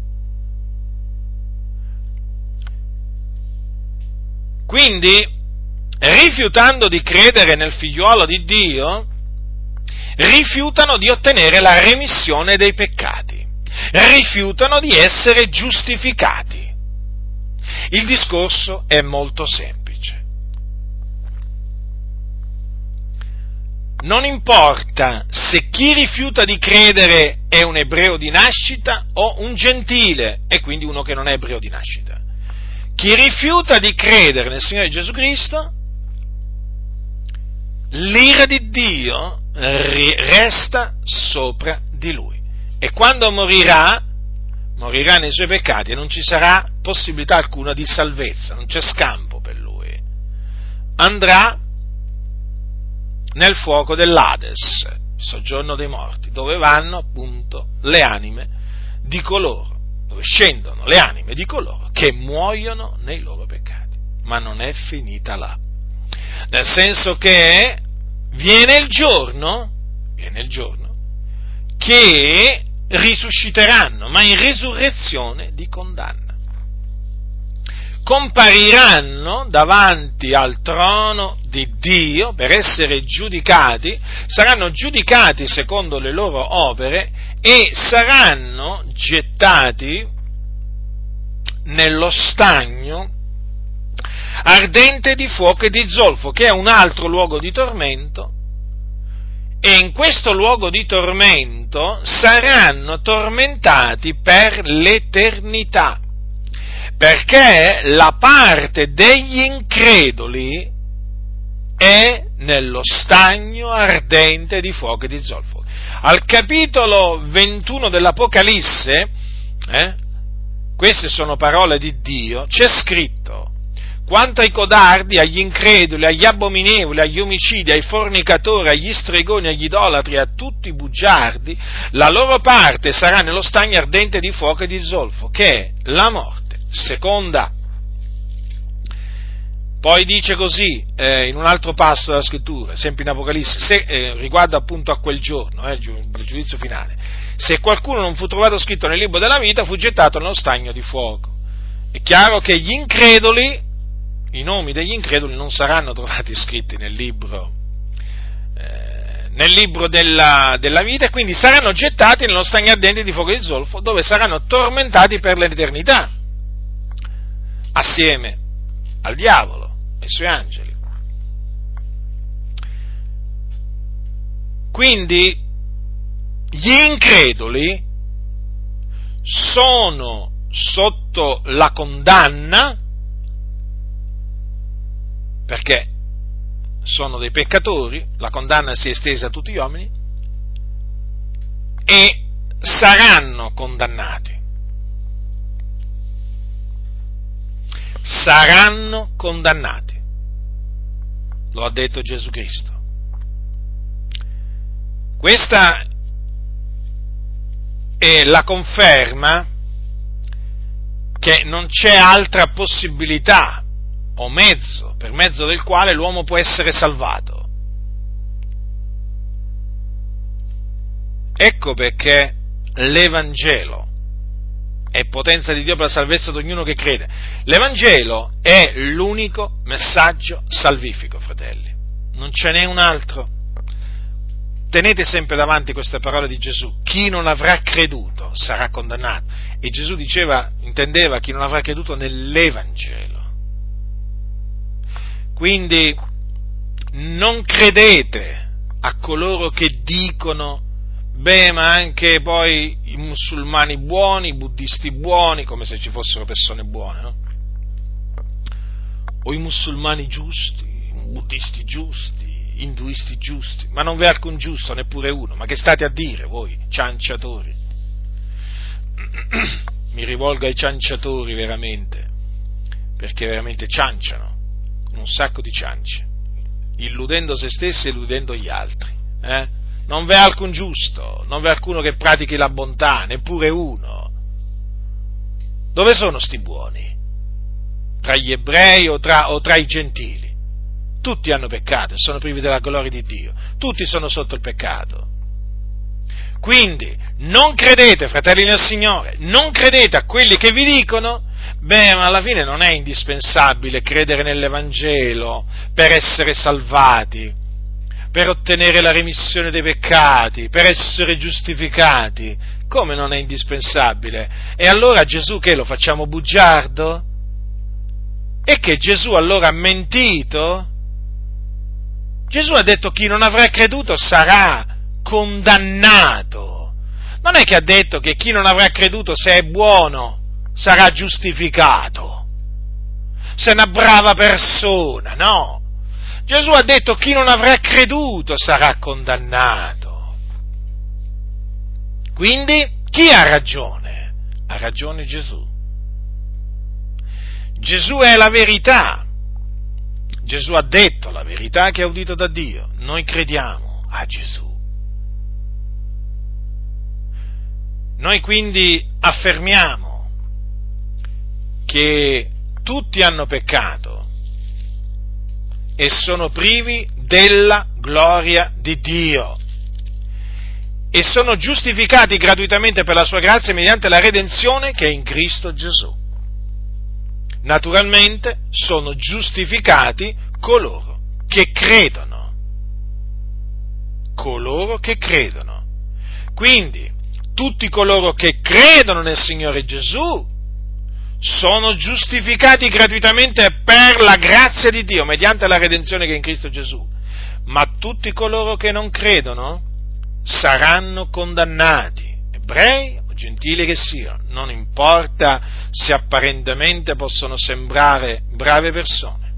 Quindi, rifiutando di credere nel figliuolo di Dio, rifiutano di ottenere la remissione dei peccati. Rifiutano di essere giustificati. Il discorso è molto semplice. Non importa se chi rifiuta di credere è un ebreo di nascita o un gentile, e quindi uno che non è ebreo di nascita. Chi rifiuta di credere nel Signore Gesù Cristo, l'ira di Dio resta sopra di lui. E quando morirà nei suoi peccati e non ci sarà possibilità alcuna di salvezza, non c'è scampo per lui. Andrà nel fuoco dell'Ades, soggiorno dei morti, dove vanno appunto le anime di coloro, dove scendono le anime di coloro che muoiono nei loro peccati. Ma non è finita là. Nel senso che viene il giorno che risusciteranno, ma in risurrezione di condanna. Compariranno davanti al trono di Dio per essere giudicati, saranno giudicati secondo le loro opere e saranno gettati nello stagno ardente di fuoco e di zolfo, che è un altro luogo di tormento. E in questo luogo di tormento saranno tormentati per l'eternità, perché la parte degli increduli è nello stagno ardente di fuoco e di zolfo. Al capitolo 21 dell'Apocalisse, queste sono parole di Dio, c'è scritto: quanto ai codardi, agli increduli, agli abominevoli, agli omicidi, ai fornicatori, agli stregoni, agli idolatri, a tutti i bugiardi, la loro parte sarà nello stagno ardente di fuoco e di zolfo, che è la morte seconda. Poi dice così, in un altro passo della scrittura, sempre in Apocalisse, riguardo appunto a quel giorno, il giudizio finale: se qualcuno non fu trovato scritto nel libro della vita, fu gettato nello stagno di fuoco. È chiaro che gli increduli, i nomi degli increduli non saranno trovati scritti nel libro della vita, e quindi saranno gettati nello stagno ardente di fuoco e di zolfo, dove saranno tormentati per l'eternità, assieme al diavolo e ai suoi angeli. Quindi gli increduli sono sotto la condanna, perché sono dei peccatori, la condanna si è estesa a tutti gli uomini, e saranno condannati. Saranno condannati. Lo ha detto Gesù Cristo. Questa è la conferma che non c'è altra possibilità o mezzo per mezzo del quale l'uomo può essere salvato. Ecco perché l'Evangelo è potenza di Dio per la salvezza di ognuno che crede. L'Evangelo è l'unico messaggio salvifico, fratelli. Non ce n'è un altro. Tenete sempre davanti queste parole di Gesù: chi non avrà creduto sarà condannato. E Gesù intendeva chi non avrà creduto nell'Evangelo. Quindi non credete a coloro che dicono: beh, ma anche poi i musulmani buoni, i buddisti buoni, come se ci fossero persone buone, no? O i musulmani giusti, i buddisti giusti, induisti giusti, ma non v'è alcun giusto, neppure uno. Ma che state a dire voi, cianciatori? Mi rivolgo ai cianciatori veramente, perché veramente cianciano con un sacco di ciance, illudendo se stessi e illudendo gli altri. Non v'è alcun giusto, non v'è alcuno che pratichi la bontà, neppure uno. Dove sono sti buoni? Tra gli ebrei o tra i gentili? Tutti hanno peccato e sono privi della gloria di Dio. Tutti sono sotto il peccato. Quindi non credete, fratelli nel Signore, non credete a quelli che vi dicono: beh, ma alla fine non è indispensabile credere nell'Evangelo per essere salvati, per ottenere la remissione dei peccati, per essere giustificati. Come non è indispensabile? E allora Gesù che lo facciamo bugiardo? E che Gesù allora ha mentito? Gesù ha detto: chi non avrà creduto sarà condannato. Non è che ha detto che chi non avrà creduto, se è buono, sarà giustificato, se è una brava persona, no. Gesù ha detto: chi non avrà creduto sarà condannato. Quindi chi ha ragione? Ha ragione Gesù. Gesù è la verità. Gesù ha detto la verità che ha udito da Dio. Noi crediamo a Gesù. Noi quindi affermiamo che tutti hanno peccato e sono privi della gloria di Dio e sono giustificati gratuitamente per la sua grazia mediante la redenzione che è in Cristo Gesù. Naturalmente sono giustificati coloro che credono. Coloro che credono. Quindi tutti coloro che credono nel Signore Gesù sono giustificati gratuitamente per la grazia di Dio, mediante la redenzione che è in Cristo Gesù. Ma tutti coloro che non credono saranno condannati, ebrei o gentili che siano, non importa se apparentemente possono sembrare brave persone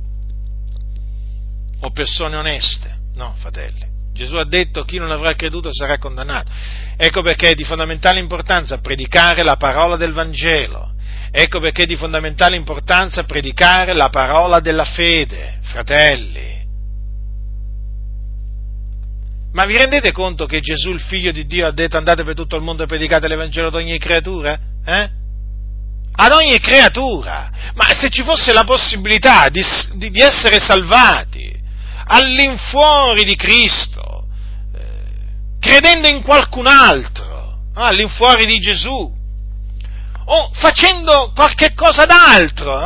o persone oneste. No, fratelli. Gesù ha detto: chi non avrà creduto sarà condannato. Ecco perché è di fondamentale importanza predicare la parola del Vangelo. Ecco perché è di fondamentale importanza predicare la parola della fede, fratelli. Ma vi rendete conto che Gesù, il Figlio di Dio, ha detto: andate per tutto il mondo e predicate l'Evangelo ad ogni creatura? Ad ogni creatura! Ma se ci fosse la possibilità di essere salvati all'infuori di Cristo, credendo in qualcun altro, all'infuori di Gesù, o facendo qualche cosa d'altro,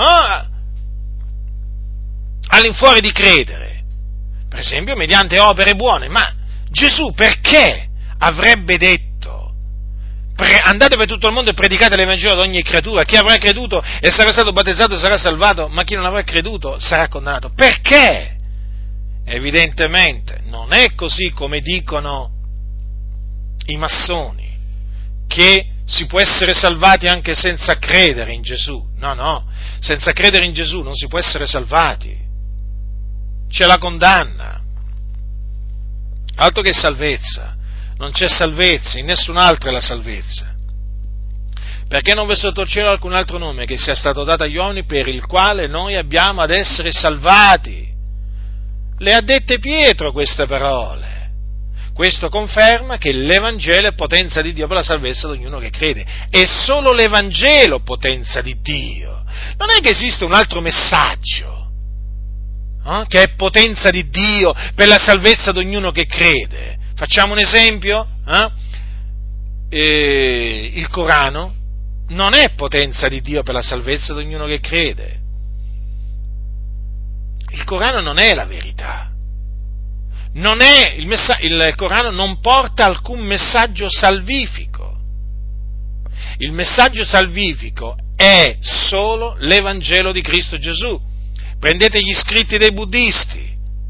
all'infuori di credere, per esempio mediante opere buone, ma Gesù perché avrebbe detto: andate per tutto il mondo e predicate l'Evangelo ad ogni creatura, chi avrà creduto e sarà stato battezzato sarà salvato, ma chi non avrà creduto sarà condannato? Perché? Evidentemente non è così come dicono i massoni, che si può essere salvati anche senza credere in Gesù. No, senza credere in Gesù non si può essere salvati, c'è la condanna. Altro che salvezza, non c'è salvezza, in nessun'altra è la salvezza. Perché non v'è sotto il cielo alcun altro nome che sia stato dato agli uomini per il quale noi abbiamo ad essere salvati. Le ha dette Pietro queste parole. Questo conferma che l'Evangelo è potenza di Dio per la salvezza di ognuno che crede. È solo l'Evangelo potenza di Dio. Non è che esiste un altro messaggio che è potenza di Dio per la salvezza di ognuno che crede. Facciamo un esempio? Il Corano non è potenza di Dio per la salvezza di ognuno che crede. Il Corano non è la verità. Il Corano non porta alcun messaggio salvifico. Il messaggio salvifico è solo l'Evangelo di Cristo Gesù. Prendete gli scritti dei buddisti.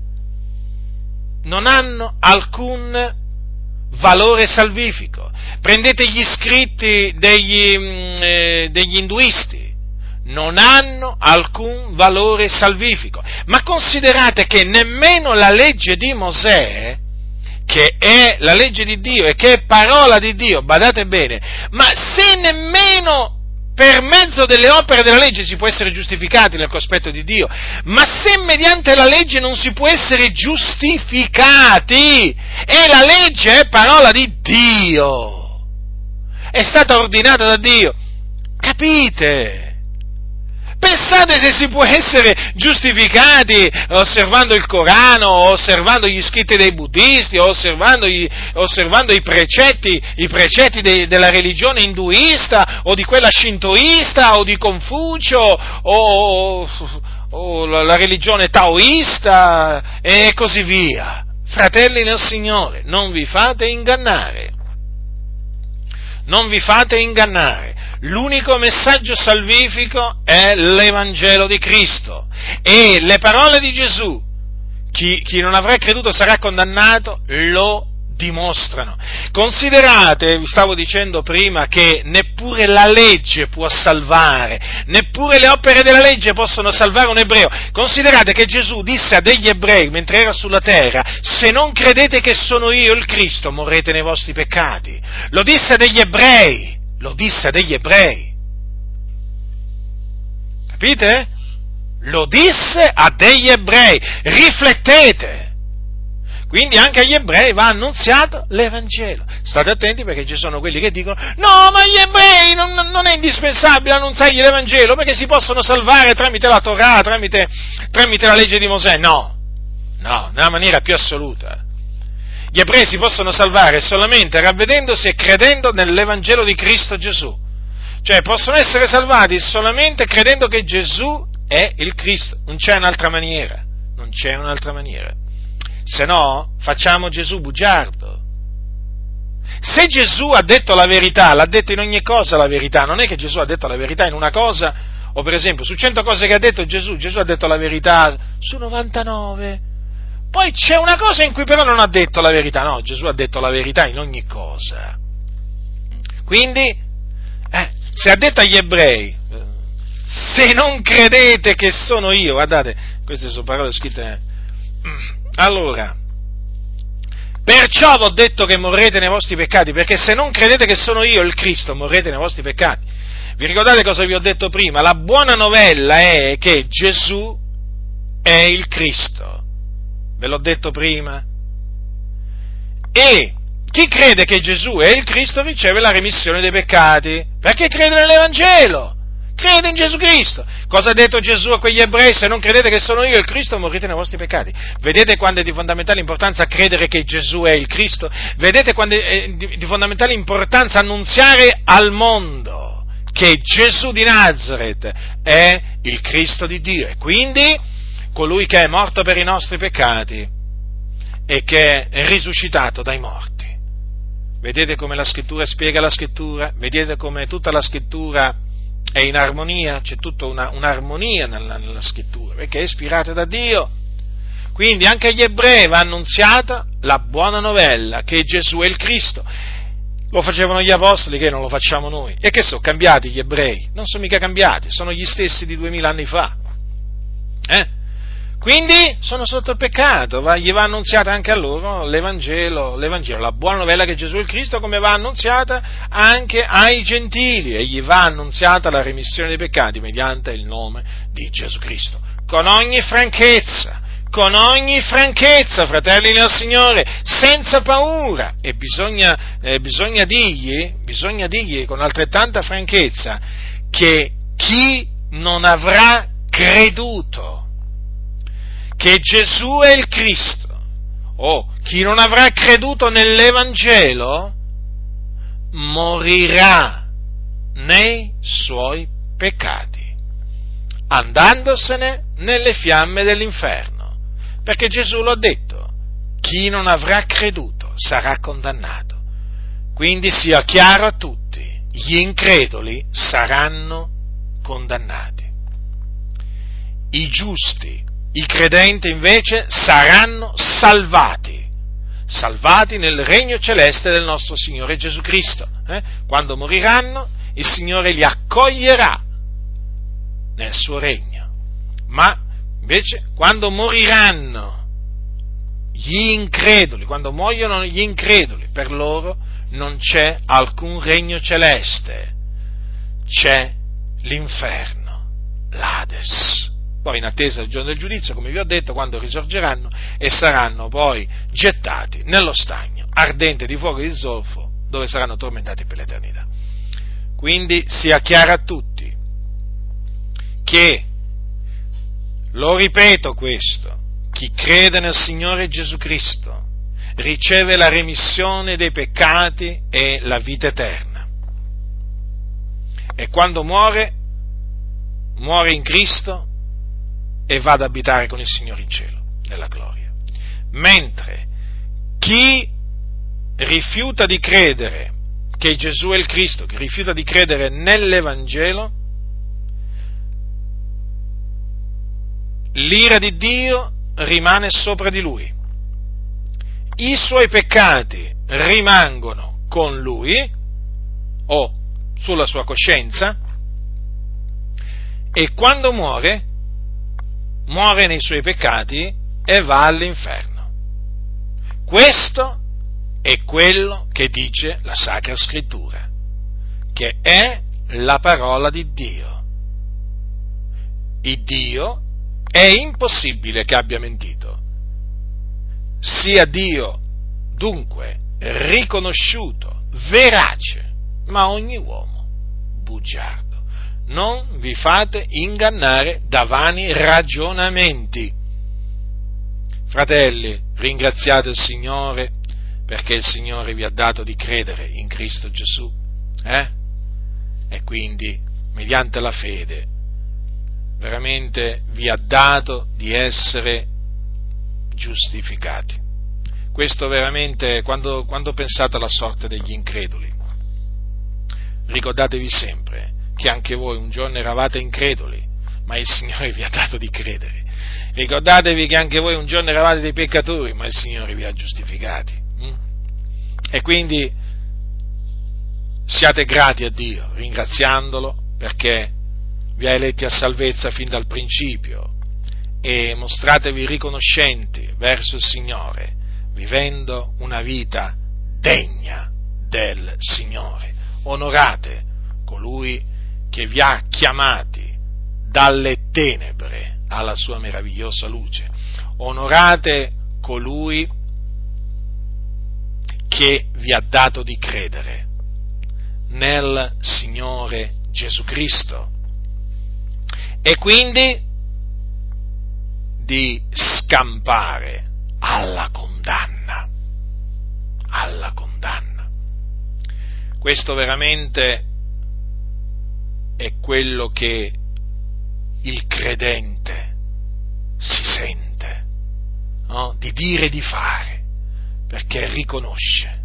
Non hanno alcun valore salvifico. Prendete gli scritti degli induisti, non hanno alcun valore salvifico. Ma considerate che nemmeno la legge di Mosè, che è la legge di Dio e che è parola di Dio, badate bene, ma se nemmeno per mezzo delle opere della legge si può essere giustificati nel cospetto di Dio, ma se mediante la legge non si può essere giustificati, e la legge è parola di Dio, è stata ordinata da Dio, capite? Pensate se si può essere giustificati osservando il Corano, o osservando gli scritti dei buddisti, o osservando i precetti della religione induista, o di quella shintoista, o di Confucio, o la religione taoista, e così via. Fratelli nel Signore, non vi fate ingannare. Non vi fate ingannare. L'unico messaggio salvifico è l'Evangelo di Cristo, e le parole di Gesù, chi non avrà creduto sarà condannato, lo dimostrano. Considerate, vi stavo dicendo prima, che neppure la legge può salvare, neppure le opere della legge possono salvare un ebreo. Considerate che Gesù disse a degli ebrei, mentre era sulla terra: se non credete che sono io il Cristo, morrete nei vostri peccati. Lo disse a degli ebrei. Capite? Lo disse a degli ebrei. Riflettete. Quindi anche agli ebrei va annunziato l'Evangelo. State attenti, perché ci sono quelli che dicono: no, ma agli ebrei non è indispensabile annunziargli l'Evangelo, perché si possono salvare tramite la Torah, tramite la legge di Mosè. No, nella maniera più assoluta. Gli ebrei si possono salvare solamente ravvedendosi e credendo nell'Evangelo di Cristo Gesù. Cioè, possono essere salvati solamente credendo che Gesù è il Cristo. Non c'è un'altra maniera. Se no, facciamo Gesù bugiardo. Se Gesù ha detto la verità, l'ha detto in ogni cosa la verità. Non è che Gesù ha detto la verità in una cosa, o per esempio, su 100 cose che ha detto Gesù ha detto la verità su 99. Poi c'è una cosa in cui però non ha detto la verità. No, Gesù ha detto la verità in ogni cosa. Quindi, se ha detto agli ebrei: se non credete che sono io, guardate, queste sono parole scritte. Allora, perciò vi ho detto che morrete nei vostri peccati, perché se non credete che sono io il Cristo, morrete nei vostri peccati. Vi ricordate cosa vi ho detto prima? La buona novella è che Gesù è il Cristo. Ve l'ho detto prima. E chi crede che Gesù è il Cristo riceve la remissione dei peccati, perché crede nell'Evangelo, crede in Gesù Cristo. Cosa ha detto Gesù a quegli ebrei? Se non credete che sono io il Cristo, morrete nei vostri peccati. Vedete quando è di fondamentale importanza credere che Gesù è il Cristo? Vedete quando è di fondamentale importanza annunziare al mondo che Gesù di Nazaret è il Cristo di Dio, e quindi colui che è morto per i nostri peccati e che è risuscitato dai morti. Vedete come la Scrittura spiega la Scrittura? Vedete come tutta la Scrittura è in armonia? C'è tutta un'armonia nella Scrittura, perché è ispirata da Dio. Quindi anche agli ebrei va annunziata la buona novella, che Gesù è il Cristo. Lo facevano gli apostoli, che non lo facciamo noi. E che sono cambiati gli ebrei? Non sono mica cambiati, sono gli stessi di 2000 anni fa. Quindi sono sotto il peccato, gli va annunziata anche a loro l'Evangelo, la buona novella che Gesù è il Cristo, come va annunziata anche ai gentili, e gli va annunziata la remissione dei peccati mediante il nome di Gesù Cristo, con ogni franchezza, fratelli nel Signore, senza paura, e bisogna dirgli con altrettanta franchezza che chi non avrà creduto che Gesù è il Cristo, o chi non avrà creduto nell'Evangelo, morirà nei suoi peccati, andandosene nelle fiamme dell'inferno, perché Gesù lo ha detto, chi non avrà creduto sarà condannato. Quindi sia chiaro a tutti, gli increduli saranno condannati. I giusti, i credenti invece saranno salvati nel regno celeste del nostro Signore Gesù Cristo. Quando moriranno, il Signore li accoglierà nel suo regno. Ma invece quando moriranno gli increduli, quando muoiono gli increduli, per loro non c'è alcun regno celeste, c'è l'inferno, l'Ades. Poi in attesa del giorno del giudizio, come vi ho detto, quando risorgeranno e saranno poi gettati nello stagno ardente di fuoco e di zolfo, dove saranno tormentati per l'eternità. Quindi sia chiaro a tutti che, lo ripeto questo, chi crede nel Signore Gesù Cristo riceve la remissione dei peccati e la vita eterna. E quando muore in Cristo e va ad abitare con il Signore in cielo, nella gloria. Mentre chi rifiuta di credere che Gesù è il Cristo, chi rifiuta di credere nell'Evangelo, l'ira di Dio rimane sopra di lui, i suoi peccati rimangono con lui o sulla sua coscienza, e quando muore nei suoi peccati e va all'inferno. Questo è quello che dice la Sacra Scrittura, che è la parola di Dio. Il Dio è impossibile che abbia mentito. Sia Dio dunque riconosciuto, verace, ma ogni uomo bugiardo. Non vi fate ingannare da vani ragionamenti. Fratelli, ringraziate il Signore perché il Signore vi ha dato di credere in Cristo Gesù, e quindi, mediante la fede, veramente vi ha dato di essere giustificati. Questo veramente, quando pensate alla sorte degli increduli, ricordatevi sempre che anche voi un giorno eravate increduli, ma il Signore vi ha dato di credere. Ricordatevi che anche voi un giorno eravate dei peccatori, ma il Signore vi ha giustificati. E quindi siate grati a Dio, ringraziandolo, perché vi ha eletti a salvezza fin dal principio, e mostratevi riconoscenti verso il Signore, vivendo una vita degna del Signore. Onorate colui che vi ha chiamati dalle tenebre alla sua meravigliosa luce. Onorate colui che vi ha dato di credere nel Signore Gesù Cristo, e quindi di scampare alla condanna. Questo veramente è quello che il credente si sente, no? Di dire e di fare, perché riconosce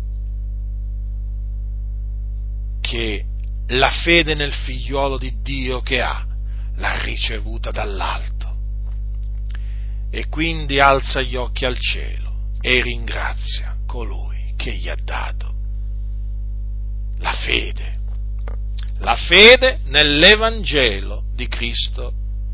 che la fede nel figliuolo di Dio che ha, l'ha ricevuta dall'alto, e quindi alza gli occhi al cielo e ringrazia colui che gli ha dato la fede nell'Evangelo di Cristo,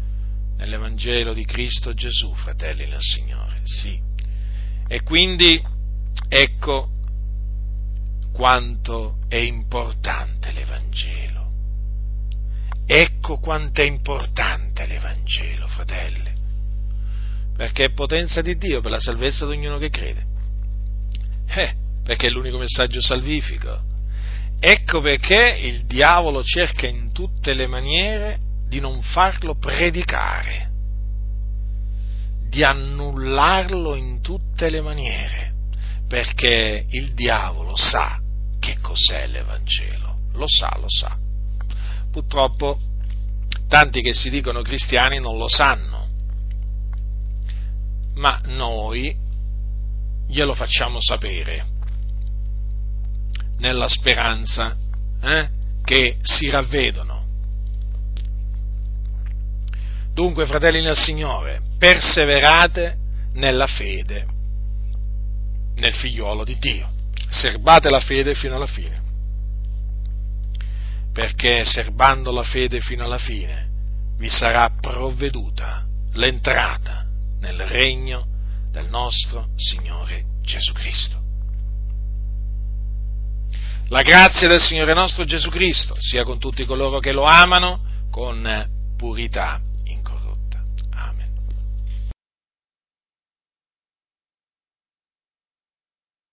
Gesù, fratelli nel Signore, sì. E quindi ecco quanto è importante l'Evangelo. Ecco quanto è importante l'Evangelo, fratelli, perché è potenza di Dio per la salvezza di ognuno che crede. Perché è l'unico messaggio salvifico. Ecco perché il diavolo cerca in tutte le maniere di non farlo predicare, di annullarlo in tutte le maniere, perché il diavolo sa che cos'è l'Evangelo, lo sa, purtroppo tanti che si dicono cristiani non lo sanno, ma noi glielo facciamo sapere, nella speranza che si ravvedono. Dunque, fratelli nel Signore, perseverate nella fede, nel figliuolo di Dio, serbate la fede fino alla fine, perché serbando la fede fino alla fine vi sarà provveduta l'entrata nel regno del nostro Signore Gesù Cristo. La grazia del Signore nostro Gesù Cristo sia con tutti coloro che lo amano con purità